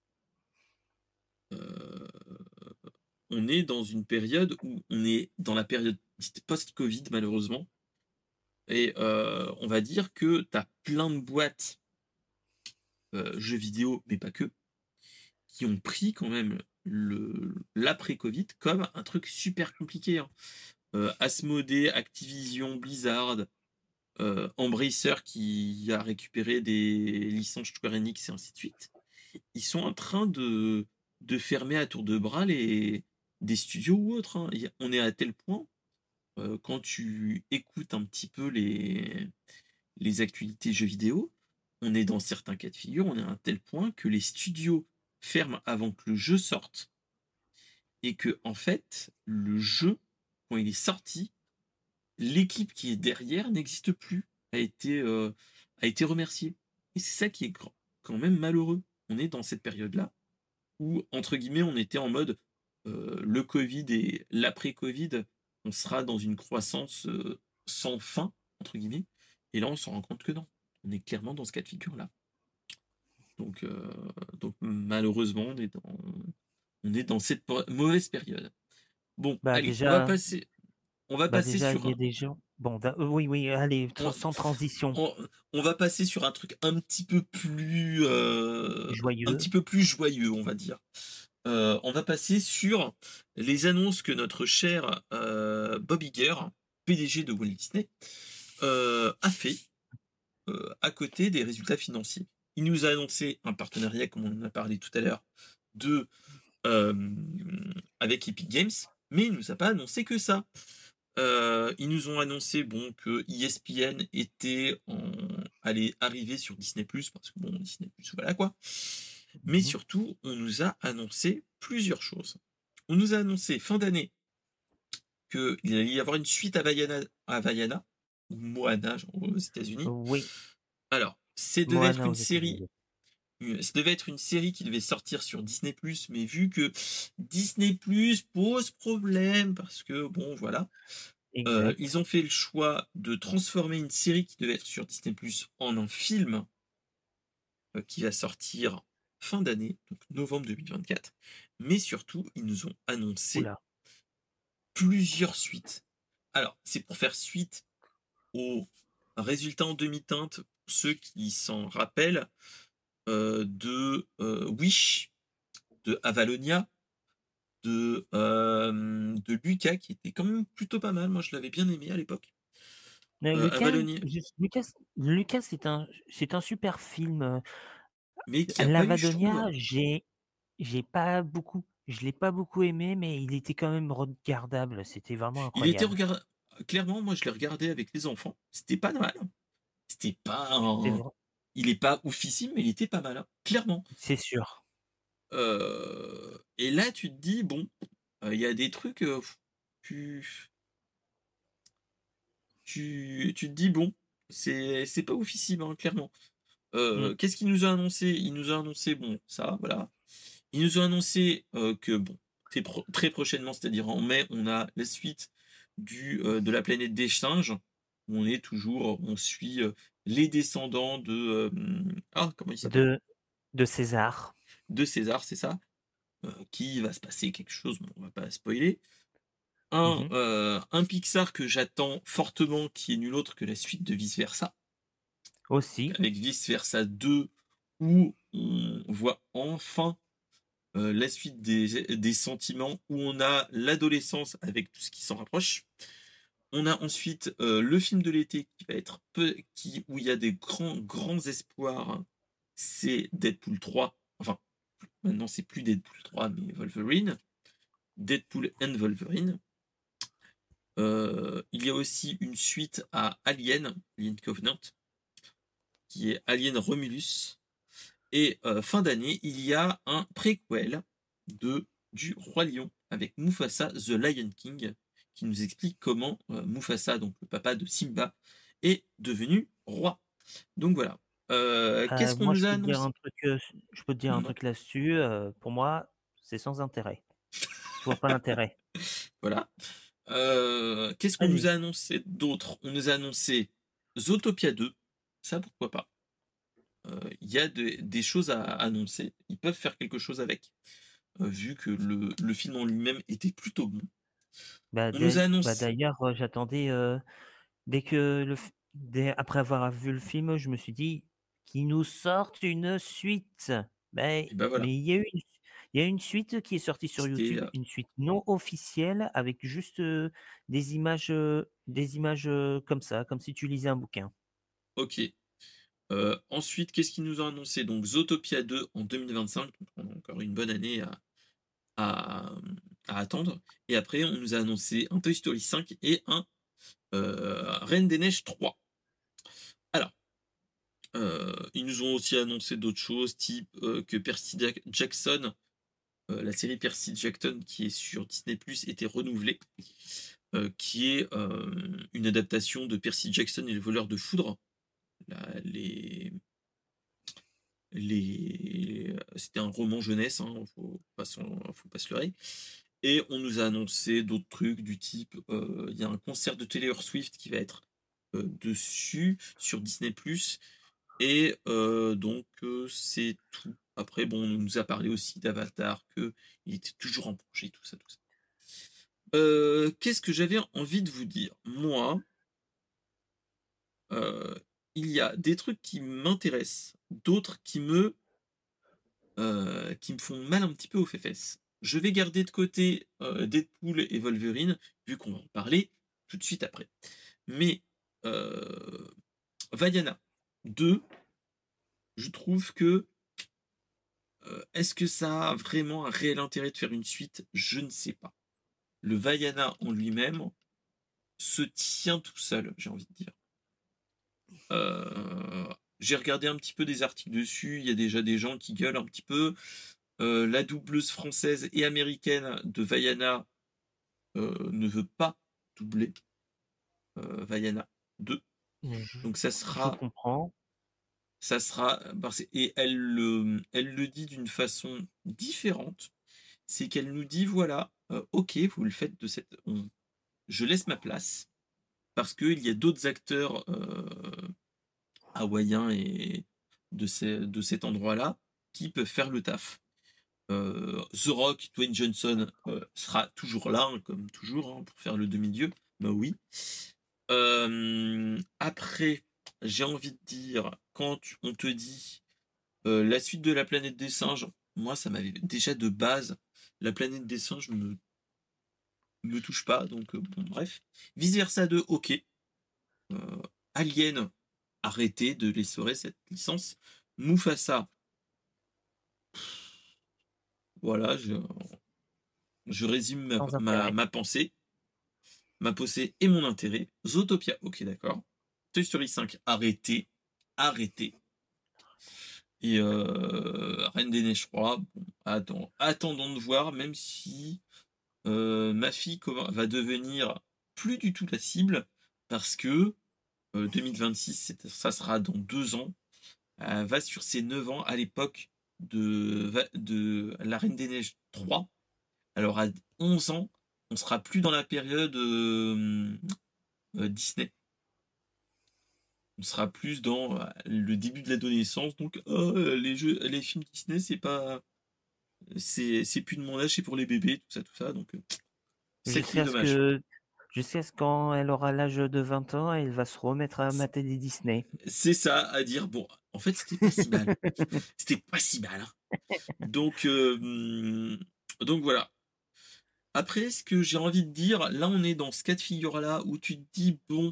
Heu, on est dans une période où on est dans la période dite post-Covid malheureusement et heu, on va dire que tu as plein de boîtes, heu, jeux vidéo, mais pas que, qui ont pris quand même le l'après-Covid comme un truc super compliqué, hein. Heu, Asmodée, Activision, Blizzard, heu, Embracer qui a récupéré des licences Square Enix et ainsi de suite. Ils sont en train de de fermer à tour de bras les des studios ou autres, hein. Il y a on est à tel point, heu, quand tu écoutes un petit peu les les actualités jeux vidéo, on est dans certains cas de figure, on est à un tel point que les studios ferment avant que le jeu sorte et que en fait, le jeu, quand il est sorti, l'équipe qui est derrière n'existe plus, a été, heu, a été remerciée et c'est ça qui est grand quand même malheureux. On est dans cette période-là où, entre guillemets, on était en mode, heu, le Covid et l'après-Covid, on sera dans une croissance, heu, «sans fin» entre guillemets et là, on se rend compte que non. On est clairement dans ce cas de figure-là. Donc heu, donc malheureusement, on est dans on est dans cette po mauvaise période. Bon, Bah, allez, on va déjà passer on va bah, passer déjà, il sur y a un des gens bon, da oui, oui, allez, tran on sans transition. on on va passer sur un truc un petit peu plus, heu, un Joyeux. petit peu plus joyeux, on va dire. Heu, on va passer sur les annonces que notre cher, heu, Bob Iger, P D G de Walt Disney, heu, a fait, heu, à côté des résultats financiers. Il nous a annoncé un partenariat, comme on en a parlé tout à l'heure, de, hem, avec Epic Games, mais il nous a pas annoncé que ça. Heu, ils nous ont annoncé, bon, que E S P N était en allait arriver sur Disney+, parce que bon, Disney+, voilà quoi. Mais Mmh. surtout, on nous a annoncé plusieurs choses. On nous a annoncé fin d'année qu'il allait y avoir une suite à Vaiana à Vaiana ou Moana genre aux États-Unis. Oui, Alors, c'est devait être Moana une aux série, États-Unis. heu, ça devait être une série qui devait sortir sur Disney+, mais vu que Disney+ pose problème parce que bon, voilà. Heu, Exact. ils ont fait le choix de transformer une série qui devait être sur Disney+ en un film, heu, qui va sortir fin d'année, donc novembre deux mille vingt-quatre. Mais surtout, ils nous ont Ouh annoncé là. plusieurs suites. Alors, c'est pour faire suite aux résultats en demi-teinte, pour ceux qui s'en rappellent, heu, de, heu, Wish, de Avalonia, de, hem, de Lucas qui était quand même plutôt pas mal. Moi, je l'avais bien aimé à l'époque. Mais Heu, Lucas, Avalonia juste Lucas Lucas, c'est un c'est un super film, heu, mais qui a pas eu, je Lavadonia, trouve. j'ai j'ai pas beaucoup je l'ai pas beaucoup aimé, mais il était quand même regardable, c'était vraiment Il était incroyable. regard clairement, moi je l'ai regardé avec les enfants, c'était pas mal, hein. C'était pas C'est un vrai, il est pas oufissime, mais il était pas mal, hein, clairement. c'est sûr. Heu et là tu te dis: «Bon, heu, il y a des trucs, heu, tu tu tu te dis: "Bon, c'est c'est pas oufissime", hein, clairement». Mmh. Heu, qu'est-ce qu'il nous a annoncé? Il nous a annoncé, bon, ça, voilà. Ils nous ont annoncé, heu, que bon, très pro très prochainement, c'est-à-dire en mai, on a la suite du, heu, de La Planète des Singes, où on est toujours on suit, heu, les descendants de, hem, ah comment il s'appelle? De de César. De César, c'est ça, heu, qui va se passer quelque chose, bon, on va pas spoiler. Un, Mmh. heu, un Pixar que j'attends fortement, qui est nul autre que la suite de Vice Versa, Aussi. avec Vice Versa deux, où on voit enfin, heu, la suite des des sentiments, où on a l'adolescence avec tout ce qui s'en rapproche. On a ensuite, heu, le film de l'été qui va être peu qui où il y a des grands, grands espoirs, c'est Deadpool trois. Enfin, maintenant c'est plus Deadpool trois, mais Wolverine. Deadpool and Wolverine. Heu, il y a aussi une suite à Alien, Alien Covenant, qui est Alien Romulus. Et heu, fin d'année, il y a un préquel de du Roi Lion avec Mufasa the Lion King, qui nous explique comment, heu, Mufasa, donc le papa de Simba, est devenu roi. Donc voilà. Heu, Heu, qu'est-ce qu'on moi, je nous a peux te dire annoncé? un truc, heu, s je peux te dire un Non, truc là-dessus, heu, pour moi, c'est sans intérêt. Je vois pas l'intérêt. voilà. Heu, qu'est-ce qu'on nous Vas-y. a annoncé d'autre? On nous a annoncé Zootopia deux, ça pourquoi pas. Heu, il y a des des choses à annoncer. Ils peuvent faire quelque chose avec, heu, vu que le le film en lui-même était plutôt bon. Bah, On nous a d'ail bah, annoncé d'ailleurs, heu, j'attendais, heu, dès que le f dès après avoir vu le film, je me suis dit: «Qu'ils nous sortent une suite!» Beh, et bah, voilà, mais il y a eu une il y a une suite qui est sortie sur c'était, YouTube, heu, une suite non officielle avec juste, heu, des images, heu, des images, heu, comme ça, comme si tu lisais un bouquin. OK. Heu, ensuite, qu'est-ce qu'ils nous ont annoncé? Donc Zootopia deux en deux mille vingt-cinq, donc on a encore une bonne année à à, mmh, à attendre. Et après, on nous a annoncé un Toy Story cinq et un, heu, Reine des Neiges trois. Alors, heu, ils nous ont aussi annoncé d'autres choses, type, heu, que Percy Jack Jackson, heu, la série Percy Jackson qui est sur Disney+ était renouvelée, heu, qui est, hem, une adaptation de Percy Jackson et le voleur de foudre. La les les C'était un roman jeunesse, hein, faut pas s'en faut pas se leurrer. Et on nous a annoncé d'autres trucs du type, heu, il y a un concert de Taylor Swift qui va être, heu, dessus, sur Disney+. Et heu, donc heu, c'est tout. Après bon, on nous a parlé aussi d'Avatar, qu'il était toujours en projet, tout ça, tout ça. Heu, qu'est-ce que j'avais envie de vous dire? Moi, heu, il y a des trucs qui m'intéressent, d'autres qui me, heu, qui me font mal un petit peu aux fesses. Je vais garder de côté, heu, Deadpool et Wolverine, vu qu'on va en parler tout de suite après. Mais, heu, Vaiana deux, je trouve que, heu, est-ce que ça a vraiment un réel intérêt de faire une suite? Je ne sais pas. Le Vaiana en lui-même se tient tout seul, j'ai envie de dire. Heu, j'ai regardé un petit peu des articles dessus, il y a déjà des gens qui gueulent un petit peu. Heu, la doubleuse française et américaine de Vaiana, heu, ne veut pas doubler, heu, Vaiana deux. Mmh, je Donc ça je sera comprends. ça sera parce et elle le elle le dit d'une façon différente. C'est qu'elle nous dit: «Voilà, heu, OK, vous le faites de cette on je laisse ma place parce qu'il y a d'autres acteurs, heu, hawaïens et de ces de cet endroit-là qui peuvent faire le taf». Heu, The Rock, Dwayne Johnson, heu, sera toujours là, hein, comme toujours, hein, pour faire le demi-dieu. Bah oui. Hem, après, j'ai envie de dire, quand tu on te dit, heu, la suite de La Planète des Singes, moi ça m'avait déjà de base, La Planète des Singes me me touche pas, donc heu, bon bref. Vice Versa deux, OK. Heu, Alien, arrêtez de l'essorer cette licence. Mufasa, voilà, je je résume ma Sans ma intérêt. ma pensée. Ma pensée et mon intérêt. Zootopia, OK, d'accord. Toy Story cinq, arrêtez, arrêtez. Et heu, Reine des Neiges trois, bon, attends attendons de voir, même si, heu, ma fille commen va devenir plus du tout la cible parce que, heu, deux mille vingt-six, c'est ça sera dans deux ans. Elle va sur ses neuf ans. À l'époque, de va de La Reine des Neiges trois, alors à onze ans, on sera plus dans la période, hem, heu, Disney. On sera plus dans, heu, le début de l'adolescence donc «Oh, heu, les jeux les films Disney, c'est pas c'est c'est plus de mon âge, c'est pour les bébés», tout ça, tout ça donc heu, sacré Jusqu'à ce dommage. que jusqu'à ce quand elle aura l'âge de vingt ans, elle va se remettre à mater des Disney. C'est ça, à dire: «Bon, en fait, c'était pas si mal. C'était pas si mal, hein». Donc hem, donc voilà. Après, ce que j'ai envie de dire, là, on est dans ce cas de figure-là où tu te dis: «Bon,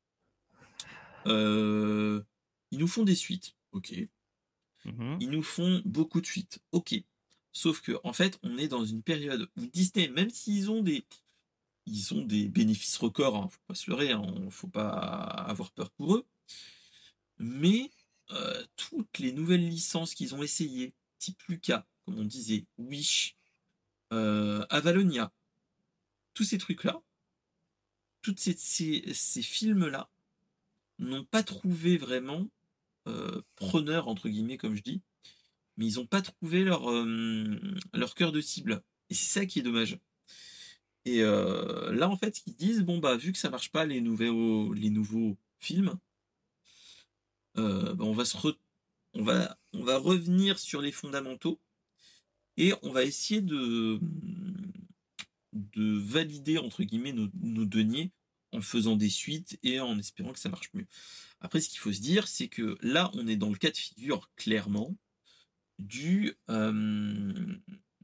heu, ils nous font des suites, OK. Mmh mh. Ils nous font beaucoup de suites, OK». Sauf que en fait, on est dans une période où Disney, même s'ils ont des ils ont des bénéfices records, hein, faut pas se leurrer, hein, faut pas avoir peur pour eux. Mais, heu, toutes les nouvelles licences qu'ils ont essayées, type Lucas, comme on disait, Wish, heu, Avalonia, tous ces trucs-là, toutes ces ces ces films-là n'ont pas trouvé vraiment, heu, «preneur» entre guillemets comme je dis, mais ils ont pas trouvé leur, hem, leur cœur de cible et c'est ça qui est dommage et heu, là en fait ils disent: «Bon bah vu que ça marche pas les nouveaux les nouveaux films, heu, bah on va se re on va on va revenir sur les fondamentaux et on va essayer de, mmh, de "valider" entre guillemets nos nos deniers en faisant des suites et en espérant que ça marche mieux». Après ce qu'il faut se dire, c'est que là, on est dans le cas de figure clairement du, hem,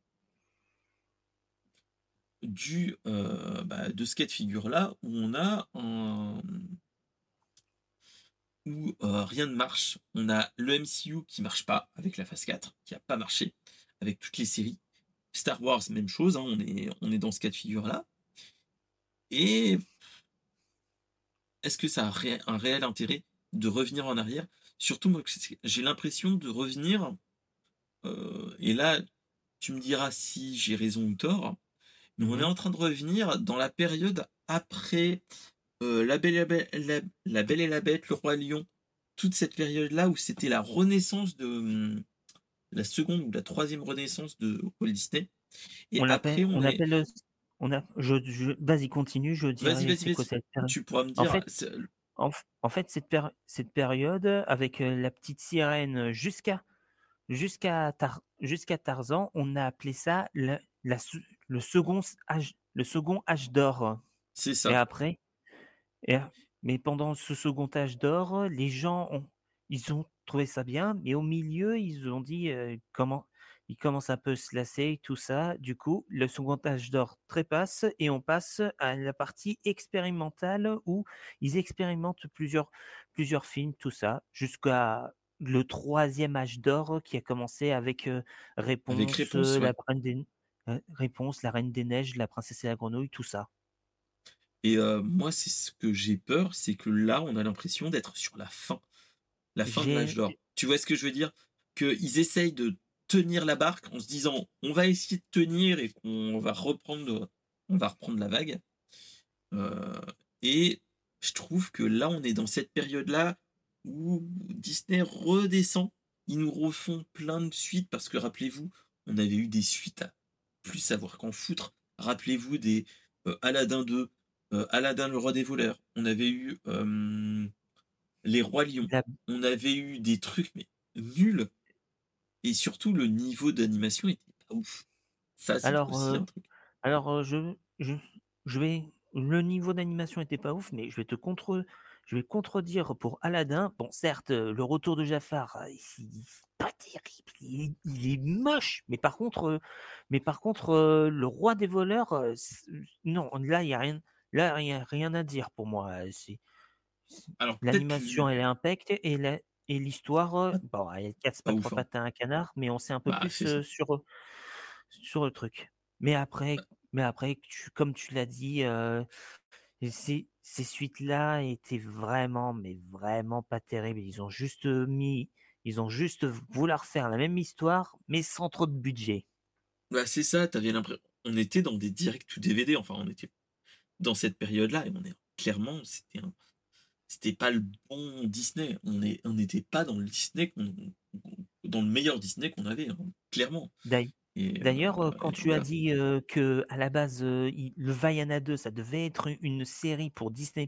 du, heu, bah, de ce cas de figure-là où on a un où, heu, rien ne marche. On a le M C U qui marche pas avec la phase quatre, qui a pas marché avec toutes les séries. Star Wars, même chose, hein, on est on est dans ce cas de figure-là et est-ce que ça a ré un réel intérêt de revenir en arrière? Surtout moi que c'est j'ai l'impression de revenir, heu et là, tu me diras si j'ai raison ou tort, mais Mmh on est mh. en train de revenir dans la période après, heu, La Belle et la Bête la La Belle et la Bête, Le Roi Lion, toute cette période-là où c'était la renaissance de, mmh, la seconde ou la troisième renaissance de Walt Disney et On après l'appelle on on est appelle, heu, on a je je vas-y continue, je vas-y, dirai vas-y, c'est quoi vas-y, cette péri tu pourras me en dire, fait c'est en f en fait cette péri cette période avec, heu, la petite sirène jusqu'à jusqu'à Tar jusqu'à Tarzan, on a appelé ça le la se le second s âge le second âge d'or c'est et ça. après et a mais pendant ce second âge d'or, les gens ont ils ont trouvé ça bien, mais au milieu, ils ont dit, heu, comment ils commencent un peu à se lasser, tout ça. Du coup, le second âge d'or trépasse et on passe à la partie expérimentale où ils expérimentent plusieurs plusieurs films, tout ça, jusqu'à le troisième âge d'or qui a commencé avec, heu, Avec Réponse, Réponse, heu, ouais. la Reine des heu, Réponse, La Reine des Neiges, La Princesse et la Grenouille, tout ça. Et heu, moi, c'est ce que j'ai peur, c'est que là, on a l'impression d'être sur la fin, la fin de l'âge J'ai d'or. Tu vois ce que je veux dire? Qu'ils essayent de tenir la barque en se disant: «On va essayer de tenir et qu'on va reprendre, on va reprendre la vague». Heu et je trouve que là, on est dans cette période-là où Disney redescend. Ils nous refont plein de suites parce que rappelez-vous, on avait eu des suites à plus savoir qu'en foutre. Rappelez-vous des, heu, Aladdin deux, heu, Aladdin le roi des voleurs. On avait eu, hem, Les Rois Lions. la On avait eu des trucs mais nuls et surtout le niveau d'animation était pas ouf. Ça, c'est alors, aussi heu un truc. Alors, heu, je je je vais le niveau d'animation était pas ouf, mais je vais te contre je vais contredire pour Aladdin. Bon, certes, heu, le retour de Jafar, heu, il est pas terrible, il est il est moche, mais par contre, heu, mais par contre, heu, le roi des voleurs, heu, c non, là, il y a rien là, il y a rien à dire pour moi, heu, c'est c'est Alors peut-être que l'animation, elle est impec et la et l'histoire, heu, pas bon, elle casse pas pas ouf, trois hein. pattes à un canard, mais on sait un peu Bah, plus, c'est ça. heu, sur, heu, sur le truc. Mais après mais après, tu comme tu l'as dit, heu, ces ces suites-là étaient vraiment, mais vraiment pas terribles. Ils ont juste, heu, mis ils ont juste voulu refaire la même histoire, mais sans trop de budget. Bah, c'est ça, tu avais l'impre on était dans des directs ou D V D, enfin, on était dans cette période-là et on est clairement, c'était un c'était pas le bon Disney. On est on n'était pas dans le Disney qu'on dans le meilleur Disney qu'on avait, hein, clairement. D'ail Et, heu, d'ailleurs, heu, quand et tu as voilà. dit, heu, qu'à la base, heu, il le Vaiana deux, ça devait être u une série pour Disney+,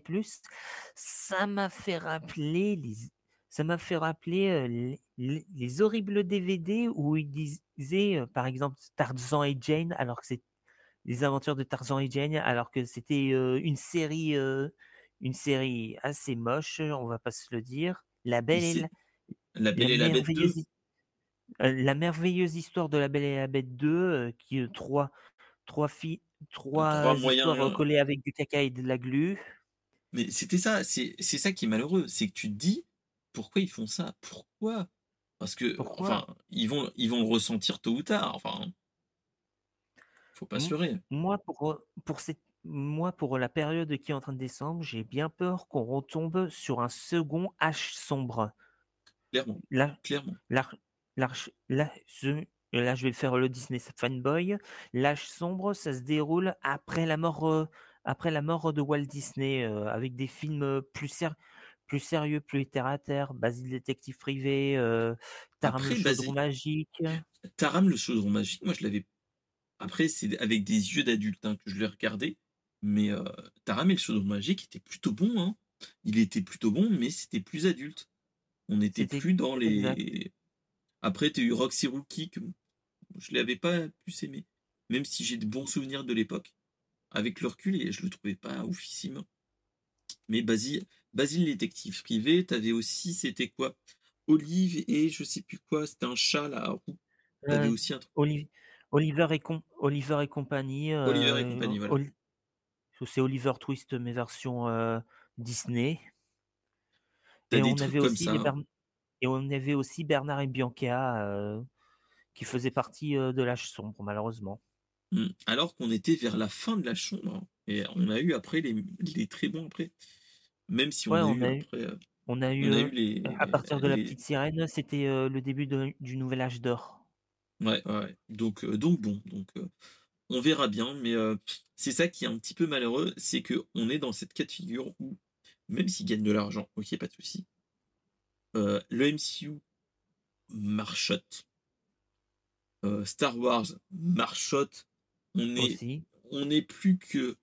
ça m'a fait rappeler les ça m'a fait rappeler, heu, les les les horribles D V D où ils disaient, heu, par exemple, Tarzan et Jane, alors que c'est les aventures de Tarzan et Jane, alors que c'était, heu, une série, heu, une série assez moche, on va pas se le dire. La Et Belle et c'est la La la Belle et la Bête deux? merveilleuse Heu, La merveilleuse histoire de La Belle et la Bête deux, heu, qui, heu, trois 3 fi trois trois histoires, heu, moyens, collées avec du caca et de la glu. mais c'était ça, c'est c'est ça qui est malheureux, c'est que tu te dis: «Pourquoi ils font ça? Pourquoi?» Parce que, Pourquoi? enfin, ils vont ils vont le ressentir tôt ou tard, enfin, faut pas M se leurrer, moi pour, heu, pour cette moi pour la période qui est en train de descendre, j'ai bien peur qu'on retombe sur un second H sombre. clairement, Là clairement. l'Arche l'Arche là ce là je vais faire le Disney fanboy. L'Âge sombre, ça se déroule après la mort, heu, après la mort de Walt Disney, heu, avec des films, heu, plus ser plus sérieux, plus terre à terre, Basile détective privé, heu, Taram le Après, chaudron basé magique. Taram le chaudron magique, moi je l'avais après c'est avec des yeux d'adulte, hein, que je l'ai regardé, mais heu, Taram et le chaudron magique était plutôt bon, hein. Il était plutôt bon, mais c'était plus adulte. On n'était C'était plus dans exact. les après tu as eu Roxy Rookie que je l'avais pas plus aimé, même si j'ai de bons souvenirs de l'époque. Avec le recul et je le trouvais pas oufissime. Mais Basile Basile détective privé, tu avais aussi c'était quoi? Olive et je sais plus quoi, c'était un chat là, roux. Tu avais Heu, aussi un truc Oli Oliver et com Oliver et compagnie, Oliver et heu, compagnie, voilà. Oli c'est Oliver Twist mais version, heu, Disney. Tu as Et des on trucs avait comme aussi les ça. Bern et on avait aussi Bernard et Bianca, heu, qui faisaient partie, heu, de l'âge sombre malheureusement. Mmh. Alors qu'on était vers la fin de la chambre, hein, et on a eu après les les très bons après. Même si on Ouais, a on eu a eu après, heu, on a eu, on a eu heu, à les partir de La les Petite Sirène, c'était, heu, le début de du nouvel âge d'or. ouais, ouais, ouais. Donc heu, donc bon, donc heu, on verra bien, mais heu, c'est ça qui est un petit peu malheureux, c'est qu'on est dans cette cas de figure où même s'ils gagnent de l'argent, OK, pas de souci, heu, le M C U marchotte, heu, Star Wars marchotte, on est Aussi. on est plus que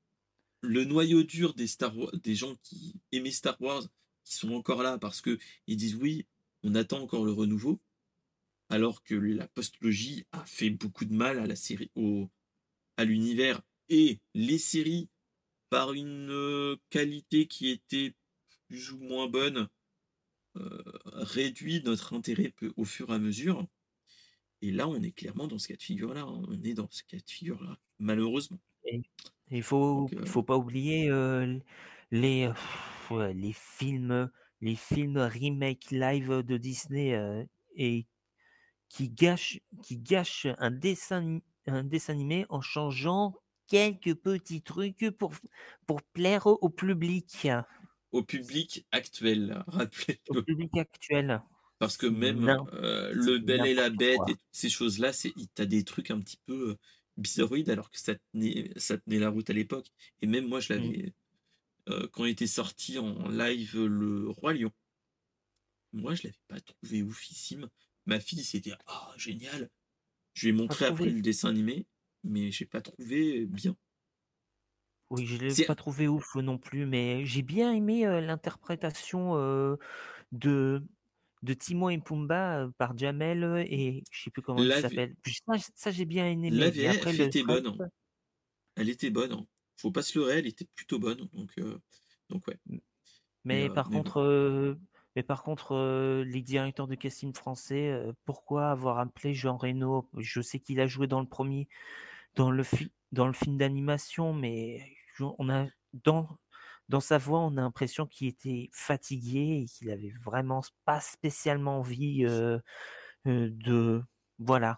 le noyau dur des Star Wa des gens qui aimaient Star Wars, qui sont encore là parce qu'ils disent: «Oui, on attend encore le renouveau», alors que la postlogie a fait beaucoup de mal à la série au à l'univers et les séries par une, heu, qualité qui était plus ou moins bonne, heu, réduit notre intérêt peu au fur et à mesure et là, on est clairement dans ce cas de figure-là, hein. On est dans ce cas de figure-là, malheureusement. Et il faut Donc heu, faut pas oublier, heu, l les, heu, ouais, les films, les films remake live de Disney, heu et qui gâchent qui gâchent un dessin ani un dessin animé en changeant quelques petits trucs pour f pour plaire au au public, au public actuel, au rappelez-le. public actuel. Parce que C'est même, n'im heu, c'est Le Bel et la n'importe Bête quoi. et toutes ces choses-là, c'est i tu des trucs un petit peu, heu, bizarroïdes alors que ça tenait ça tenait la route à l'époque et même moi je Mmh. l'avais, heu, quand était sorti en live, heu, Le Roi Lion, moi je l'avais pas trouvé oufissime. Ma fille, c'était: «Ah génial!» Je lui ai Pas montré après trouvé? le dessin animé, mais j'ai pas trouvé bien. Oui, je l'ai C'est pas trouvé ouf non plus, mais j'ai bien aimé, heu, l'interprétation, heu, de de Timon et Pumba, heu, par Jamel, heu et je sais plus comment il la v s'appelle. Puis ça ça j'ai bien la aimé, mais après V F le était bonne, hein. reste. Elle était bonne, hein. Faut pas se leurrer, elle était plutôt bonne donc heu, donc ouais, Mmh, mais mais heu, par mais bon. contre, heu, mais par contre, heu, les directeurs de casting français, heu, pourquoi avoir appelé Jean Reno? Je sais qu'il a joué dans le premier, dans le fi dans le film d'animation, mais je on a dans dans sa voix, on a l'impression qu'il était fatigué et qu'il avait vraiment s pas spécialement envie, heu heu, de voilà,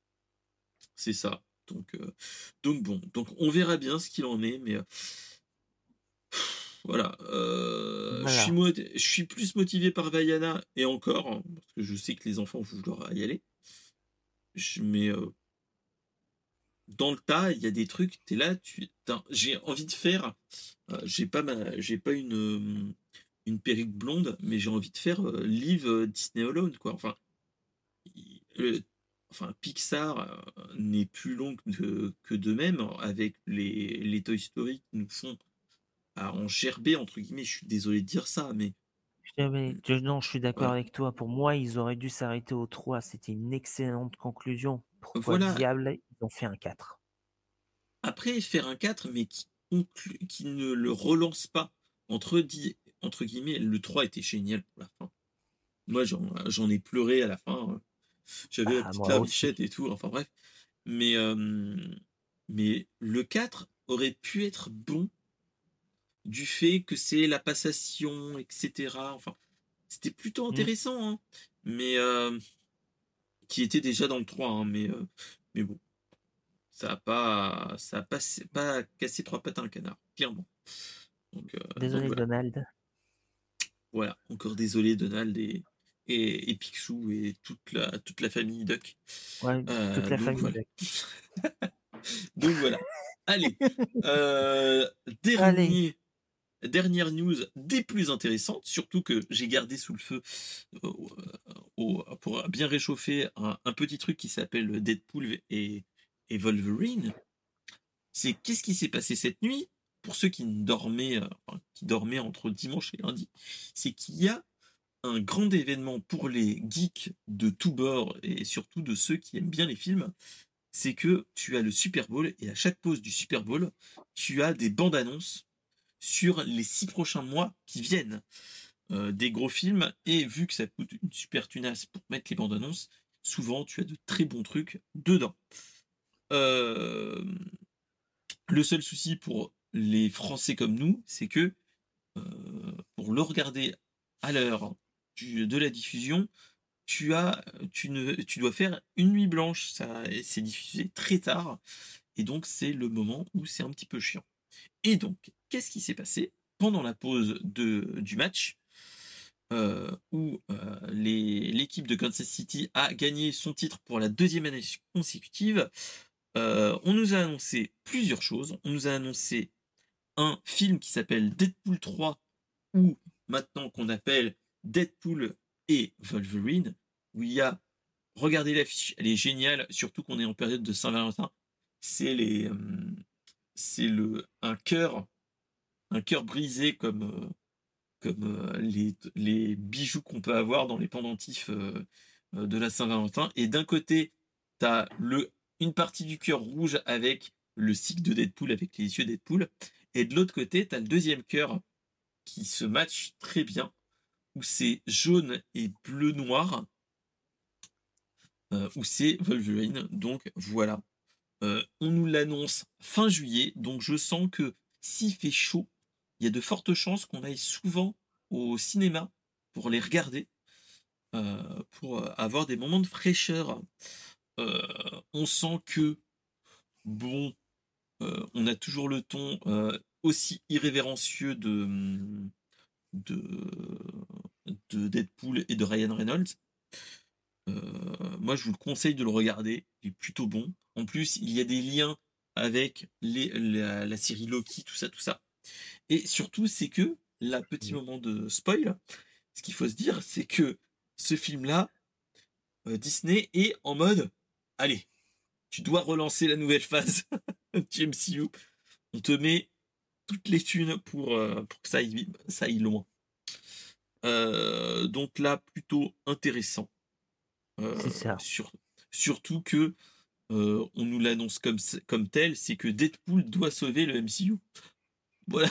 C'est ça. Donc, heu, donc bon, donc on verra bien ce qu'il en est, mais, heu, voilà, heu, je suis voilà. mot je suis plus motivé par Vaiana et encore, hein, parce que je sais que les enfants vont vouloir y aller. Je mais, heu, dans le tas, il y a des trucs, tu es là, tu tu j'ai envie de faire, heu, j'ai pas ma j'ai pas une, hem, une perruque blonde, mais j'ai envie de faire, heu, live, heu, Disney Alone, quoi. Enfin, heu, enfin Pixar, heu, n'est plus long que que d'eux-mêmes avec les les Toy Story qui nous font à en «gerber» entre guillemets, je suis désolé de dire ça, mais J'avais mmh, je non, je suis d'accord voilà. avec toi. Pour moi, ils auraient dû s'arrêter au trois. C'était une excellente conclusion. Pourquoi Voilà, diable ils ont fait un quatre? après faire un quatre mais qui conclut qui ne le relance pas entre di entre guillemets, le trois était génial pour la fin. Moi j'en j'en ai pleuré à la fin, heu, j'avais la Ah, petite moi aussi. larmichette et tout, enfin bref. Mais, hem, mais le quatre aurait pu être bon du fait que c'est la passation et cetera. Enfin, c'était plutôt Mmh. intéressant, hein, mais, hem, qui était déjà dans le trois, hein, mais, heu, mais bon, ça a pas ça a pas s pas cassé trois pattes à un canard, clairement. Donc, heu, donc Désolé voilà. Donald. Voilà, encore désolé Donald et et et Picsou et toute la toute la famille Duck. Ouais, toute Heu, la donc famille voilà. Duck. Donc voilà. Allez, heu, Allez, dernier dernière news des plus intéressantes, surtout que j'ai gardé sous le feu, heu, au pour bien réchauffer un un petit truc qui s'appelle Deadpool et et Wolverine. C'est qu'est-ce qui s'est passé cette nuit? Pour ceux qui ne dormaient, heu, enfin qui dormaient entre dimanche et lundi, c'est qu'il y a un grand événement pour les geeks de tous bords et surtout de ceux qui aiment bien les films, c'est que tu as le Super Bowl et à chaque pause du Super Bowl, tu as des bandes annonces sur les six prochains mois qui viennent, heu, des gros films et vu que ça coûte une super tunasse pour mettre les bandes annonces, souvent tu as de très bons trucs dedans. Hem, le seul souci pour les Français comme nous, c'est que, heu, pour le regarder à l'heure du de la diffusion, tu as tu ne tu dois faire une nuit blanche, ça et c'est diffusé très tard et donc c'est le moment où c'est un petit peu chiant. Et donc, qu'est-ce qui s'est passé? Pendant la pause de du match, heu, où, heu, les l'équipe de Kansas City a gagné son titre pour la deuxième année consécutive, heu, on nous a annoncé plusieurs choses. On nous a annoncé un film qui s'appelle Deadpool trois ou maintenant qu'on appelle Deadpool et Wolverine, où il y a regardez l'affiche, elle est géniale, surtout qu'on est en période de Saint-Valentin. C'est les, hem, c'est le un cœur un cœur brisé comme, heu, comme, heu, les les bijoux qu'on peut avoir dans les pendentifs, heu heu, de la Saint-Valentin et d'un côté, tu as le une partie du cœur rouge avec le sigle de Deadpool, avec les yeux Deadpool et de l'autre côté, tu as le deuxième cœur qui se match très bien, où c'est jaune et bleu noir, heu, où c'est Wolverine, donc voilà. Heu, on nous l'annonce fin juillet, donc je sens que s'il fait chaud, il y a de fortes chances qu'on aille souvent au cinéma pour les regarder, heu, pour, heu, avoir des moments de fraîcheur. Heu, on sent que, bon, heu, on a toujours le ton, heu, aussi irrévérencieux de, mmh, de de Deadpool et de Ryan Reynolds. Heu, moi, je vous le conseille de le regarder, il est plutôt bon. En plus, il y a des liens avec les la la série Loki, tout ça, tout ça et surtout, c'est que, là, petit Mmh. moment de spoil, ce qu'il faut se dire, c'est que ce film-là, heu, Disney est en mode: «Allez, tu dois relancer la nouvelle phase du M C U. On te met toutes les thunes pour, heu, pour que ça aille ça aille loin». Heu, donc là, plutôt intéressant, heu, C'est ça. sur surtout que, Heu, on nous l'annonce comme c comme tel, c'est que Deadpool doit sauver le M C U. Voilà,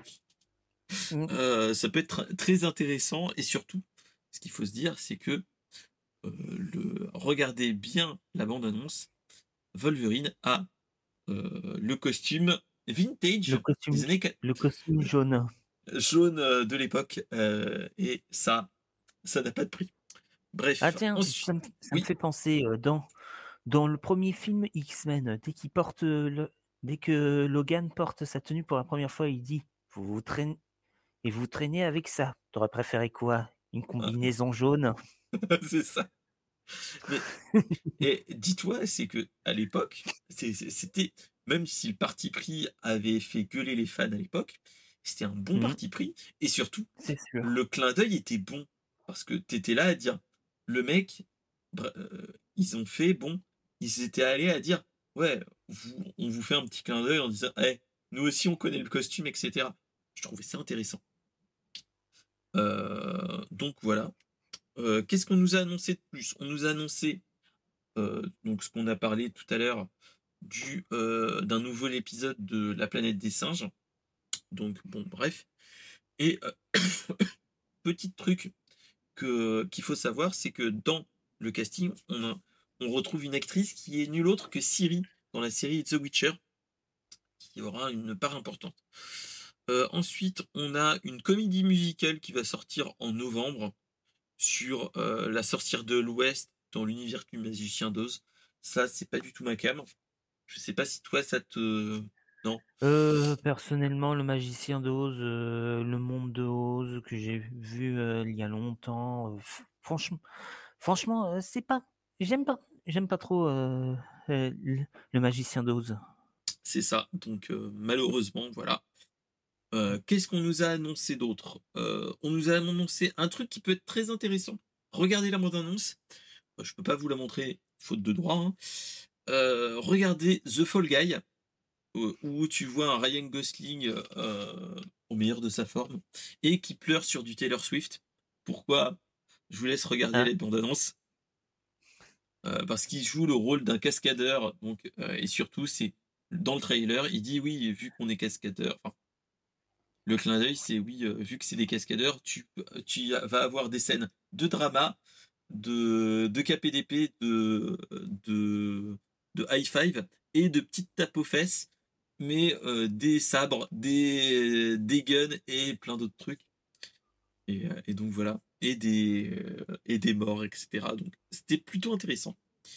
Mmh. heu, ça peut être très intéressant et surtout, ce qu'il faut se dire, c'est que, heu, le regardez bien la bande annonce, Wolverine a, heu, le costume Le vintage costume des années qua le costume jaune. jaune, heu, de l'époque, heu et ça, ça n'a pas de prix. Ah Bref, tiens, ensuite ça me ça me oui, fait penser, heu, dans dans le premier film X-Men, dès qu'il porte, heu, le dès que Logan porte sa tenue pour la première fois, il dit: «Vous vous traînez et vous traînez avec ça». Tu aurais préféré quoi? Une combinaison jaune? c'est ça. Mais et dis-toi, c'est que à l'époque, c'est c'est c'était même si le parti pris avait fait gueuler les fans à l'époque, c'était un bon Mmh, parti pris et surtout, c'est sûr. le clin d'œil était bon parce que tu étais là à dire: «Le mec, bre heu, ils ont fait bon, ils étaient allés à dire: «Ouais, vous on vous fait un petit clin d'œil en disant: "Eh, nous aussi on connaît le costume" et cetera». Je trouvais ça intéressant. Heu, donc voilà. Heu, qu'est-ce qu'on nous a annoncé de plus? On nous a annoncé, heu, donc ce qu'on a parlé tout à l'heure du, heu, d'un nouvel épisode de La Planète des Singes. Donc bon, bref et heu, petit truc que qu'il faut savoir, c'est que dans le casting, on a on retrouve une actrice qui est nulle autre que Ciri dans la série The Witcher, qui aura une part importante. Heu, ensuite, on a une comédie musicale qui va sortir en novembre sur, heu, la sorcière de l'Ouest dans l'univers du Magicien d'Oz. Ça, c'est pas du tout ma came. Je sais pas si toi ça te non? Heu, personnellement, Le Magicien d'Oz, heu, Le Monde de Oz que j'ai vu, heu, il y a longtemps, heu, f franchement franchement, heu, c'est pas j'aime pas j'aime pas trop, heu heu, le Le Magicien d'Oz. C'est ça, donc heu, malheureusement, voilà. Heu, qu'est-ce qu'on nous a annoncé d'autre? Heu, on nous a annoncé un truc qui peut être très intéressant. Regardez la bande annonce. Heu, je peux pas vous la montrer, faute de droit, hein. Heu, regardez The Fall Guy, heu, où tu vois un Ryan Gosling, heu, au meilleur de sa forme et qui pleure sur du Taylor Swift. Pourquoi? Je vous laisse regarder Ah, la bande annonce. Heu, parce qu'il joue le rôle d'un cascadeur, donc heu et surtout c'est dans le trailer, il dit: «Oui, vu qu'on est cascadeur», enfin, le clin d'œil, c'est oui, heu, vu que c'est des cascadeurs, tu p tu a vas avoir des scènes de drama, de de K P D P, de de de high five et de petites tapes aux fesses, mais heu, des sabres, des des guns et plein d'autres trucs et heu et donc voilà et des, heu et des morts et cetera, donc c'était plutôt intéressant.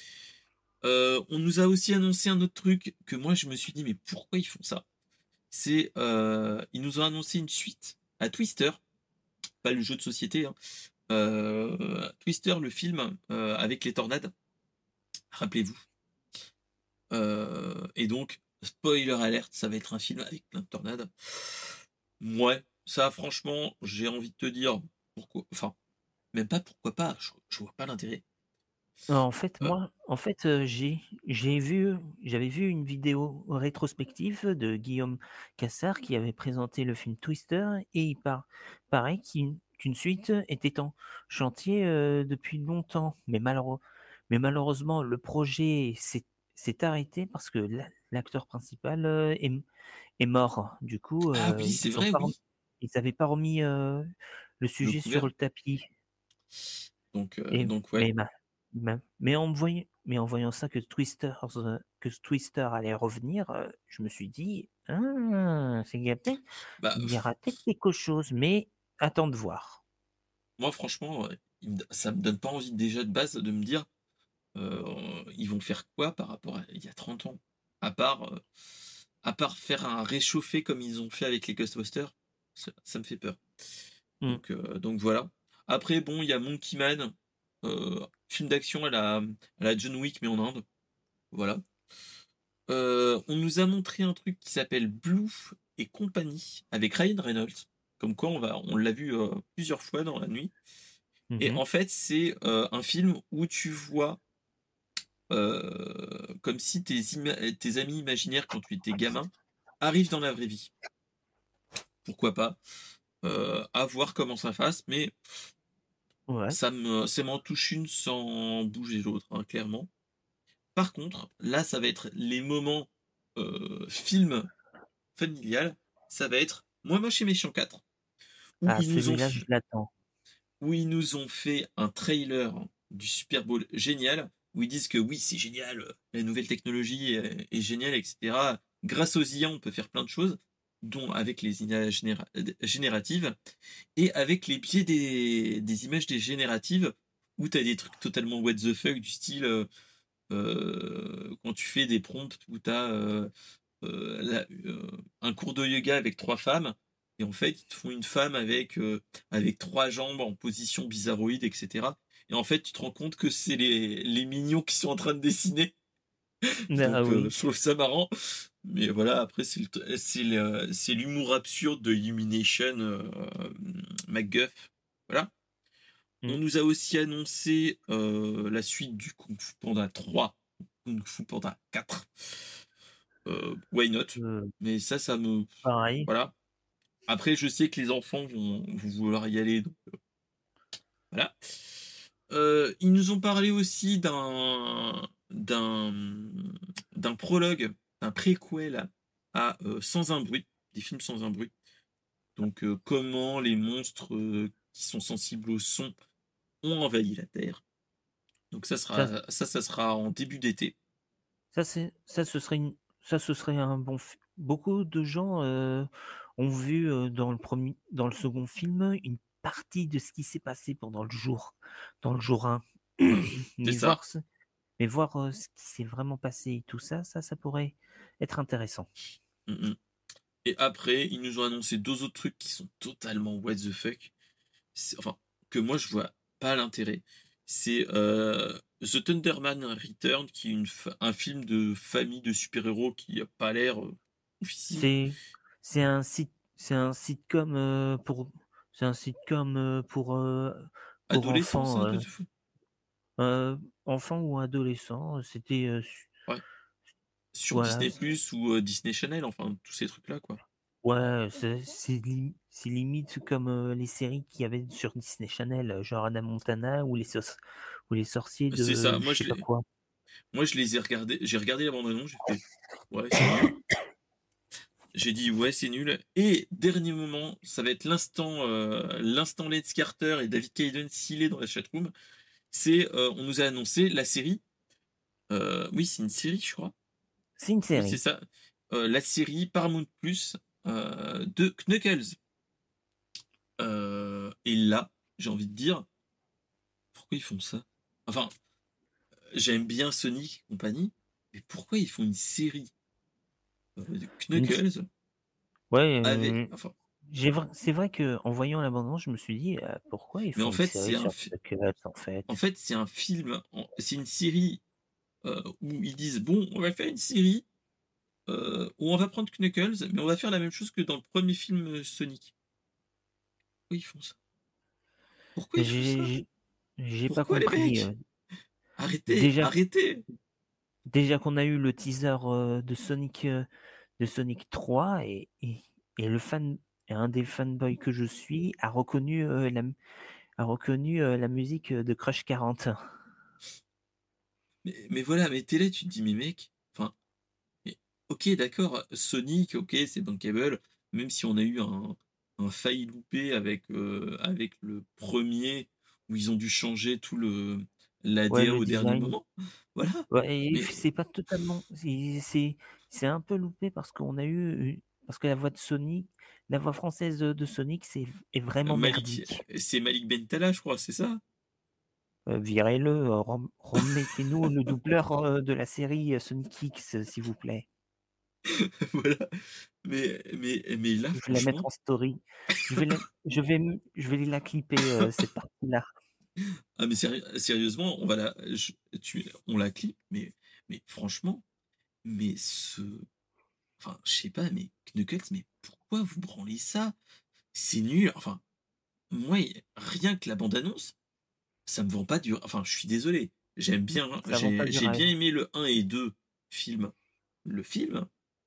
Heu, on nous a aussi annoncé un autre truc que moi je me suis dit: «Mais pourquoi ils font ça?» C'est, heu, ils nous ont annoncé une suite à Twister, pas le jeu de société, hein. Heu, Twister, le film, heu, avec les tornades, rappelez-vous. Heu et donc, spoiler alert, ça va être un film avec plein de tornades. Mouais, ça franchement, j'ai envie de te dire pourquoi enfin, même pas pourquoi pas, je je vois pas l'intérêt. en fait, Heu, moi en fait, heu, j'ai j'ai vu j'avais vu une vidéo rétrospective de Guillaume Cassar qui avait présenté le film Twister et il par paraît qu'une qu'une suite était en chantier, heu, depuis longtemps, mais malheureux mais malheureusement le projet s'est s'est arrêté parce que l'a l'acteur principal, heu, est m est mort. Du coup, ah heu, oui, c'est ils ont vrai, pas rem oui, ils avaient pas remis, heu, le le sujet sur couvert. le tapis. Donc heu, Et donc ouais. mais ma ma mais en me voyant mais en voyant ça que Twisters, heu, que Twister allait revenir, heu, je me suis dit: «Ah, c'est qu'il y a peut-être Bah, il y pff, aura peut-être quelque chose, mais attends de voir». moi franchement, heu, il me d ça me donne pas envie déjà de base de me dire, heu, ils vont faire quoi par rapport à il y a trente ans? À part, heu, à part faire un réchauffé comme ils ont fait avec les Ghostbusters, ça ça me fait peur. Mmh. Donc heu, donc voilà. Après bon, il y a Monkey Man, heu, film d'action à la à la John Wick mais en Inde, voilà. Heu, on nous a montré un truc qui s'appelle Blue et compagnie avec Ryan Reynolds, comme quoi on va on l'a vu, heu, plusieurs fois dans la nuit Mmh et mh. en fait c'est, heu, un film où tu vois, heu, comme si tes ima tes amis imaginaires quand tu étais gamin arrivent dans la vraie vie. Pourquoi pas? Heu, à voir comment ça fasse, mais Ouais. ça me ça m'en touche une sans bouger l'autre, hein, clairement. Par contre, là, ça va être les moments, heu, film familial, ça va être Moi moche et méchant quatre, où Ah ils nous ont celui-là, je f l'attends. où ils nous ont fait un trailer du Super Bowl génial, où ils disent que oui, c'est génial, heu, la nouvelle technologie est est géniale et cetera. Grâce aux I A, on peut faire plein de choses, dont avec les I A généra d génératives et avec les biais des des images des génératives, où tu as des trucs totalement what the fuck du style, heu heu, quand tu fais des prompts où tu as, heu heu, la heu, un cours de yoga avec trois femmes et en fait, ils te font une femme avec, heu, avec trois jambes en position bizarroïde et cetera et en fait, tu te rends compte que c'est les les mignons qui sont en train de dessiner Ah donc heu, oui. je trouve ça marrant mais voilà, après c'est le t c'est le c'est l'humour absurde de Illumination, heu, MacGuff, voilà. On Mmh. nous a aussi annoncé, heu, la suite du Kung Fu Panda trois, Kung Fu Panda quatre. Heu, why not? Heu, Mais ça, ça me pareil. voilà. Après, je sais que les enfants vont vont vouloir y aller, donc voilà. Heu, ils nous ont parlé aussi d'un d'un, mmh, d'un prologue, un préquel à, heu, Sans un bruit, des films Sans un bruit. Donc, heu, comment les monstres, heu, qui sont sensibles au son ont envahi la Terre. Donc ça Ça sera ça, ça sera en début d'été. ça c'est ça ce serait une ça ce serait un bon fi beaucoup de gens, heu, ont vu, heu, dans le premier dans le second film, une partie de ce qui s'est passé pendant le jour dans le jour un. C'est Mais ça. voir ce mais voir, heu, ce qui s'est vraiment passé et tout ça, ça ça pourrait être intéressant. Mmh mh. Et après, ils nous ont annoncé deux autres trucs qui sont totalement what the fuck. C'est enfin, que moi je vois pas l'intérêt. C'est, heu, The Thunderman Return qui est une fa un film de famille de super-héros qui a pas l'air, heu, oufissime. C'est c'est un sit c'est un sitcom, heu, pour c'est un sitcom, heu, pour, heu, pour Adolescent enfants, ça, de heu fou? heu, enfants ou adolescents, c'était, heu, su Ouais. Sur voilà, Disney+ c ou, heu, Disney Channel, enfin tous ces trucs là, quoi. ouais, c'est c'est lim c'est limite comme, heu, les séries qu'il y avait sur Disney Channel, heu, genre Hannah Montana ou les soc ou les sorciers C'est de ça, moi je sais je pas les quoi. moi je les ai regardés j'ai regardé la bande annonce, j'ai fait: «Ouais, c'est nul». J'ai dit: «Ouais, c'est nul» et dernier moment, ça va être l'instant, heu, l'instant Let's Carter et David Caden s'il est dans la chatroom. C'est, heu, on nous a annoncé la série, heu, oui, c'est une série, je crois. C'est une Oui, c'est série. ça, heu, la série Paramount+, heu, de Knuckles. Heu et là, j'ai envie de dire: «Pourquoi ils font ça?» Enfin, j'aime bien Sonic et compagnie, mais pourquoi ils font une série, heu, de Une s Knuckles ouais, avec heu, enfin j'ai vr c'est vrai qu'en voyant la bande annonce, je me suis dit: «Heu, pourquoi ils mais en font une fait, série c'est un sur fi Knuckles, en en fait?» fait, c'est un film en c'est une série, heu, où ils disent: «Bon, on va faire une série, heu, où on va prendre Knuckles, mais on va faire la même chose que dans le premier film, heu, Sonic». Pourquoi ils font ça? Pourquoi ils font J'ai ça? j'ai j'ai pas Pourquoi les compris, mecs? heu, Arrêtez, déjà arrêtez! déjà qu'on a eu le teaser, heu, de Sonic, heu, de Sonic trois et et et le fan et un des fanboys que je suis a reconnu, heu, la m a reconnu, heu, la musique, heu, de Crush quarante. Mais mais voilà, mais tu es là, tu te dis: «Mais mec, enfin, mais OK, d'accord, Sonic, OK, c'est bankable», même si on a eu un un fail loupé avec, heu, avec le premier où ils ont dû changer tout le Ouais, l'A D A le au dernier design, moment. Voilà, ouais et mais c'est pas totalement c'est c'est c'est un peu loupé parce qu'on a eu u parce que la voix de Sonic la voix française, de Sonic, c'est est vraiment Malik merdique. c'est Malik Bentala, je crois, c'est ça? Heu, virez-le, heu, rem remettez-nous le doubleur, heu, de la série, heu, Sonic X, s'il vous plaît. Voilà, mais mais mais là, Je vais la mettre franchement en story. Je vais la je vais m je vais la clipper, heu, cette partie-là. ah mais série sérieusement, on va la je tu on la clip, mais mais franchement, mais ce enfin, je sais pas, mais Knuckles, mais pourquoi vous branlez ça? C'est nul, enfin, moi, y rien que la bande annonce, ça me vend pas du enfin, je suis désolé, j'aime bien, hein, Ça vend pas j'ai du j'ai rêve. bien aimé le un et deux film. Le film,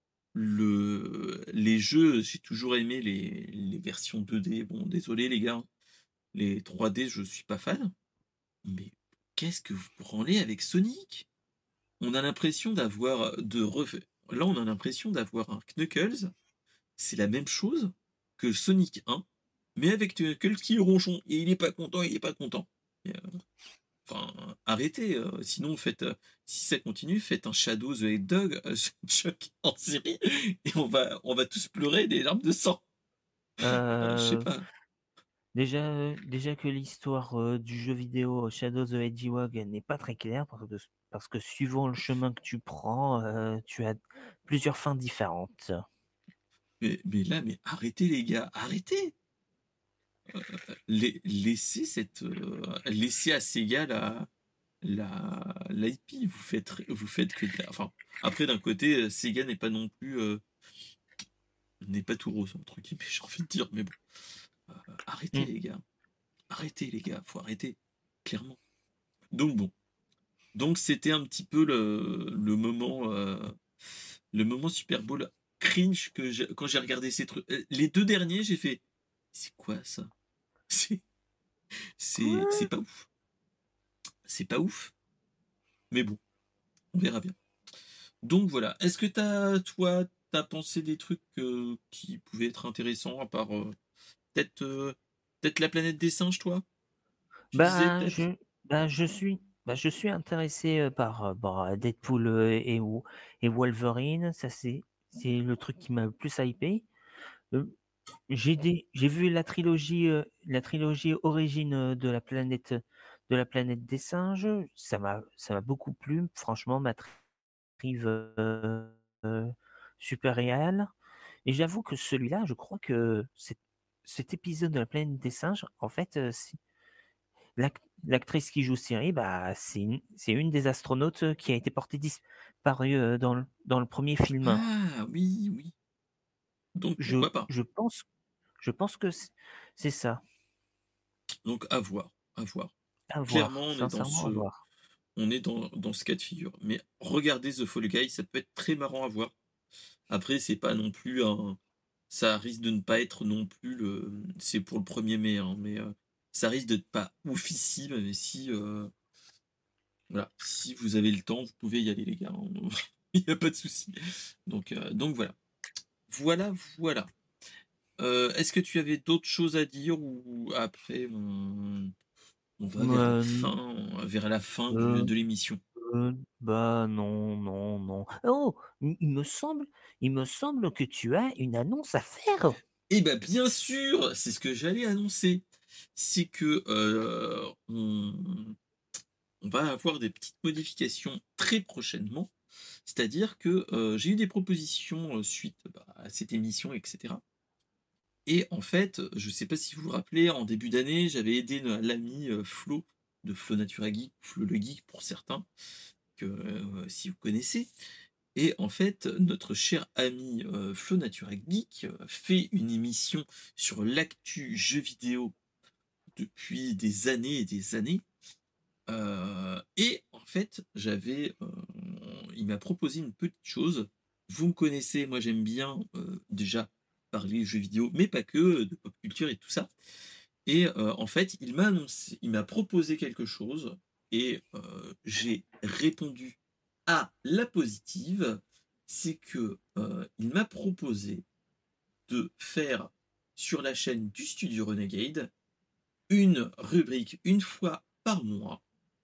le les jeux, j'ai toujours aimé les les versions deux D. Bon, désolé les gars, hein, les trois D, je suis pas fan, mais qu'est-ce que vous branlez avec Sonic? On a l'impression d'avoir de ref là, on a l'impression d'avoir un Knuckles, c'est la même chose que Sonic un, mais avec Knuckles qui est ronchon et il est pas content, il est pas content. Et heu, enfin, arrêtez, heu, sinon faites, heu, si ça continue, faites un Shadow the Hedgehog, heu, Chuck en série et on va on va tous pleurer des larmes de sang. Heu, je sais Heu, pas. déjà, heu, déjà que l'histoire, heu, du jeu vidéo Shadow the Hedgehog n'est pas très claire parce que parce que suivant le chemin que tu prends, heu, tu as plusieurs fins différentes. Mais mais là, mais arrêtez les gars, arrêtez! Lai laissez cette, heu, laissez à Sega la la l'I P. Vous faites r vous faites que de la enfin, après d'un côté, heu, Sega n'est pas non plus, heu, n'est pas tout rose entre guillemets, j'ai envie de dire, mais bon, heu, arrêtez Mmh. les gars, arrêtez les gars, faut arrêter, clairement. Donc bon, donc c'était un petit peu le le moment, heu, le moment Super Bowl cringe que j'ai quand j'ai regardé ces trucs. Heu, les deux derniers, j'ai fait: «C'est quoi ça?» C'est c'est c'est Quoi? pas ouf. C'est pas ouf, mais bon, on verra bien. Donc voilà. Est-ce que t'as toi, t'as pensé des trucs, heu, qui pouvaient être intéressants à part, heu, peut-être, heu, peut-être La Planète des Singes, toi? Tu disais Bah, peut-être? je bah, je suis bah, je suis intéressé, heu, par, heu, bah, Deadpool, heu, et Wo et Wolverine. Ça, c'est c'est le truc qui m'a le plus hypé. Heu, j'ai des j'ai vu la trilogie, heu, la trilogie origine, heu, de la planète, de la planète des singes. Ça m'a ça m'a beaucoup plu. Franchement, Matt Reeves, heu, heu, super réal, et j'avoue que celui-là, je crois que cet cet épisode de la planète des singes, en fait, heu, c'est L'ac l'actrice qui joue Siri, bah, c'est une c'est une des astronautes, heu, qui a été portée disparue, heu, dans le dans le premier film. Ah oui, oui, donc Je pourquoi pas? je pense je pense que c c'est ça. Donc à voir, à voir. À Clairement, voir, on est dans sincèrement à ce voir. on est dans dans ce cas de figure. Mais regardez The Fall Guy, ça peut être très marrant à voir. Après, c'est pas non plus un ça risque de ne pas être non plus le c'est pour le premier mai, hein, mais heu, ça risque d'être pas oufissime, mais si, heu, voilà, si vous avez le temps, vous pouvez y aller les gars, hein, il y a pas de souci. Donc heu, donc voilà. Voilà, voilà. Heu, est-ce que tu avais d'autres choses à dire ou après on on va vers la Hem, fin vers la fin du heu, de l'émission? heu, bah, non, non, non. Oh! Il il me semble il me semble que tu as une annonce à faire? Eh ben bien sûr! C'est ce que j'allais annoncer. C'est que, heu, on on va avoir des petites modifications très prochainement. C'est-à-dire que, heu, j'ai eu des propositions, heu, suite, bah, à cette émission et cetera et en fait, je ne sais pas si vous vous rappelez, en début d'année, j'avais aidé ne l'ami, heu, Flo de Flo Natura Geek, Flo le Geek pour certains, que, heu, si vous connaissez et en fait, notre cher ami, heu, Flo Natura Geek, heu, fait une émission sur l'actu jeux vidéo depuis des années et des années. Heu et en fait, j'avais, heu, il m'a proposé une petite chose. Vous me connaissez, moi j'aime bien, heu, déjà parler jeux vidéo, mais pas que, de pop culture et tout ça et heu, en fait, il m'a annoncé il m'a proposé quelque chose et heu, j'ai répondu à la positive. C'est que, heu, il m'a proposé de faire sur la chaîne du Studio Renegade une rubrique une fois par mois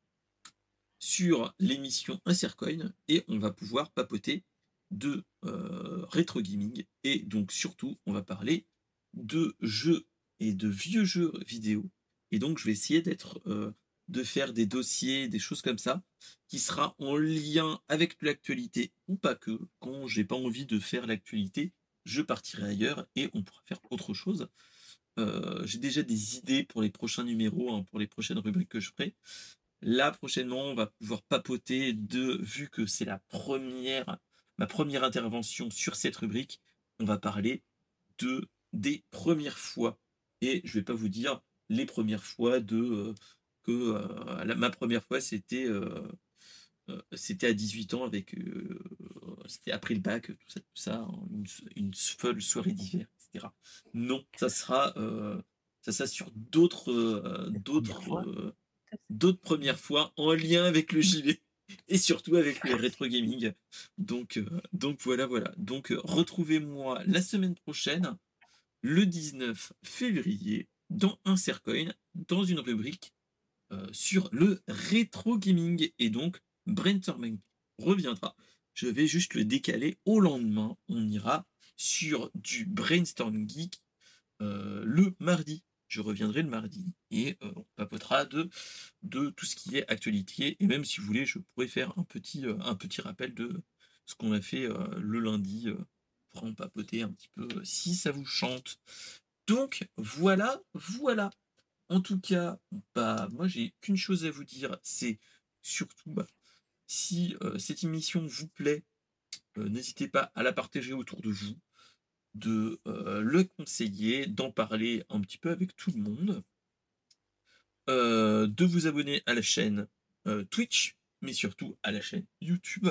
sur l'émission Insercoin et on va pouvoir papoter de euh, rétro gaming et donc surtout on va parler de jeux et de vieux jeux vidéo et donc je vais essayer d'être euh, de faire des dossiers des choses comme ça qui sera en lien avec l'actualité ou pas que quand j'ai pas envie de faire l'actualité je partirai ailleurs et on pourra faire autre chose. Euh, j'ai déjà des idées pour les prochains numéros, hein, pour les prochaines rubriques que je ferai. Là, prochainement, on va pouvoir papoter de, vu que c'est la première, ma première intervention sur cette rubrique, on va parler de des premières fois. Et je vais pas vous dire les premières fois de euh, que euh, la- ma première fois c'était euh, euh, c'était à dix-huit ans avec euh, c'était après le bac, tout ça, tout ça, hein, une, une folle soirée d'hiver, et cetera. Non, ça sera euh, ça sera sur d'autres euh, La première d'autres fois? euh, d'autres premières fois en lien avec le J V et surtout avec le rétro gaming. Donc, euh, donc voilà, voilà. Donc euh, retrouvez-moi la semaine prochaine, le dix-neuf février, dans Insercoin, dans une rubrique euh, sur le rétro gaming. Et donc, Brainstorming reviendra. Je vais juste le décaler au lendemain. On ira sur du Brainstorm Geek euh, le mardi. Je reviendrai le mardi et euh, on papotera de, de tout ce qui est actualité. Et même si vous voulez, je pourrais faire un petit, euh, un petit rappel de ce qu'on a fait euh, le lundi euh, pour en papoter un petit peu euh, si ça vous chante. Donc voilà, voilà. En tout cas, bah moi j'ai qu'une chose à vous dire, c'est surtout bah, si euh, cette émission vous plaît, euh, n'hésitez pas à la partager autour de vous de euh, le conseiller, d'en parler un petit peu avec tout le monde. de vous abonner à la chaîne euh, Twitch, mais surtout à la chaîne YouTube,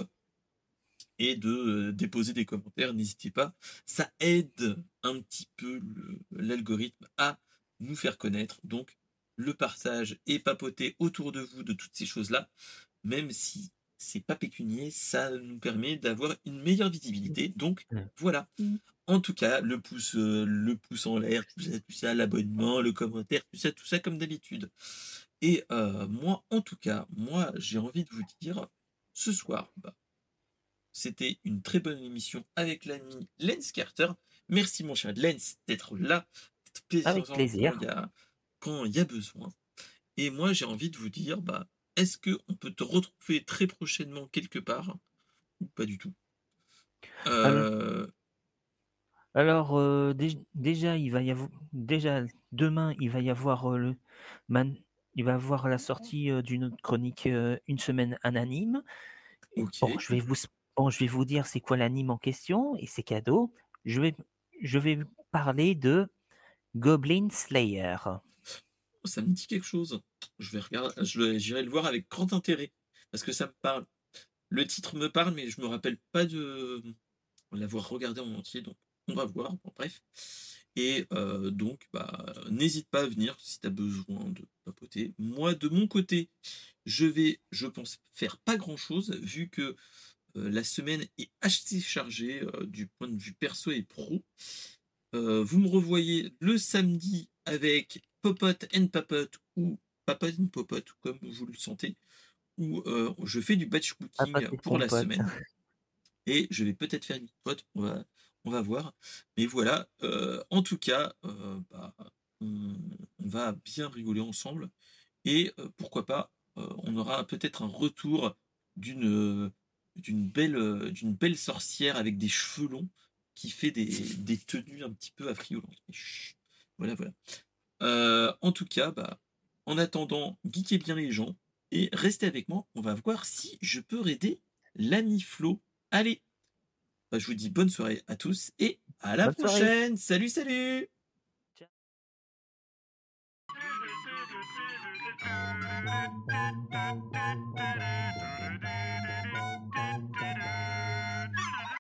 et de euh, déposer des commentaires. N'hésitez pas, ça aide un petit peu le- l'algorithme à nous faire connaître. Donc, le partage et papoter autour de vous de toutes ces choses-là, même si c'est pas pécunier, ça nous permet d'avoir une meilleure visibilité. Donc, Mmh. voilà. En tout cas, le pouce, euh, le pouce en l'air, tout ça, tout ça, l'abonnement, le commentaire, tout ça, tout ça, comme d'habitude. Et euh, moi, en tout cas, moi, j'ai envie de vous dire, ce soir, bah, c'était une très bonne émission avec l'ami Lens Carter. Merci, mon cher Lens, d'être là, d'être Avec présent quand il plaisir. y a, quand il y a besoin. Et moi, j'ai envie de vous dire, bah, est-ce qu'on peut te retrouver très prochainement quelque part ou pas du tout? Al Euh, alors, heu, déj déjà, il va y avoir déjà demain, il va y avoir, heu, le man il va y avoir la sortie, heu, d'une autre chronique, heu, Une semaine anonyme. Bon, ok. je vais vous s bon, je vais vous dire c'est quoi l'anime en question et c'est cadeau. Je vais je vais parler de Goblin Slayer. Ça me dit quelque chose. Je vais regarder, je le- j'irai le voir avec grand intérêt parce que ça me parle. Le titre me parle, mais je me rappelle pas de l'avoir regardé en entier, donc on va voir. Bon, bref. Et euh, donc, bah, n'hésite pas à venir si tu as besoin de papoter. Moi, de mon côté, je vais, je pense, faire pas grand-chose vu que euh, la semaine est assez chargée euh, du point de vue perso et pro. Euh, vous me revoyez le samedi avec Popote and Papote ou Papote and Popote, comme vous le sentez, où euh, je fais du batch Papa cooking c'est pour ton la pote. semaine. Et je vais peut-être faire une pote, on va, on va voir. Mais voilà, euh, en tout cas, euh, bah, on, on va bien rigoler ensemble. Et euh, pourquoi pas, euh, on aura peut-être un retour d'une euh, d'une belle, euh, d'une belle sorcière avec des cheveux longs qui fait des, des tenues un petit peu affriolantes. Mais chut, voilà, voilà. Euh, en tout cas, bah, en attendant, geekez bien les gens et restez avec moi. On va voir si je peux aider l'ami Flo. Allez, bah, je vous dis bonne soirée à tous et à la Bonne soirée. prochaine. Salut, salut!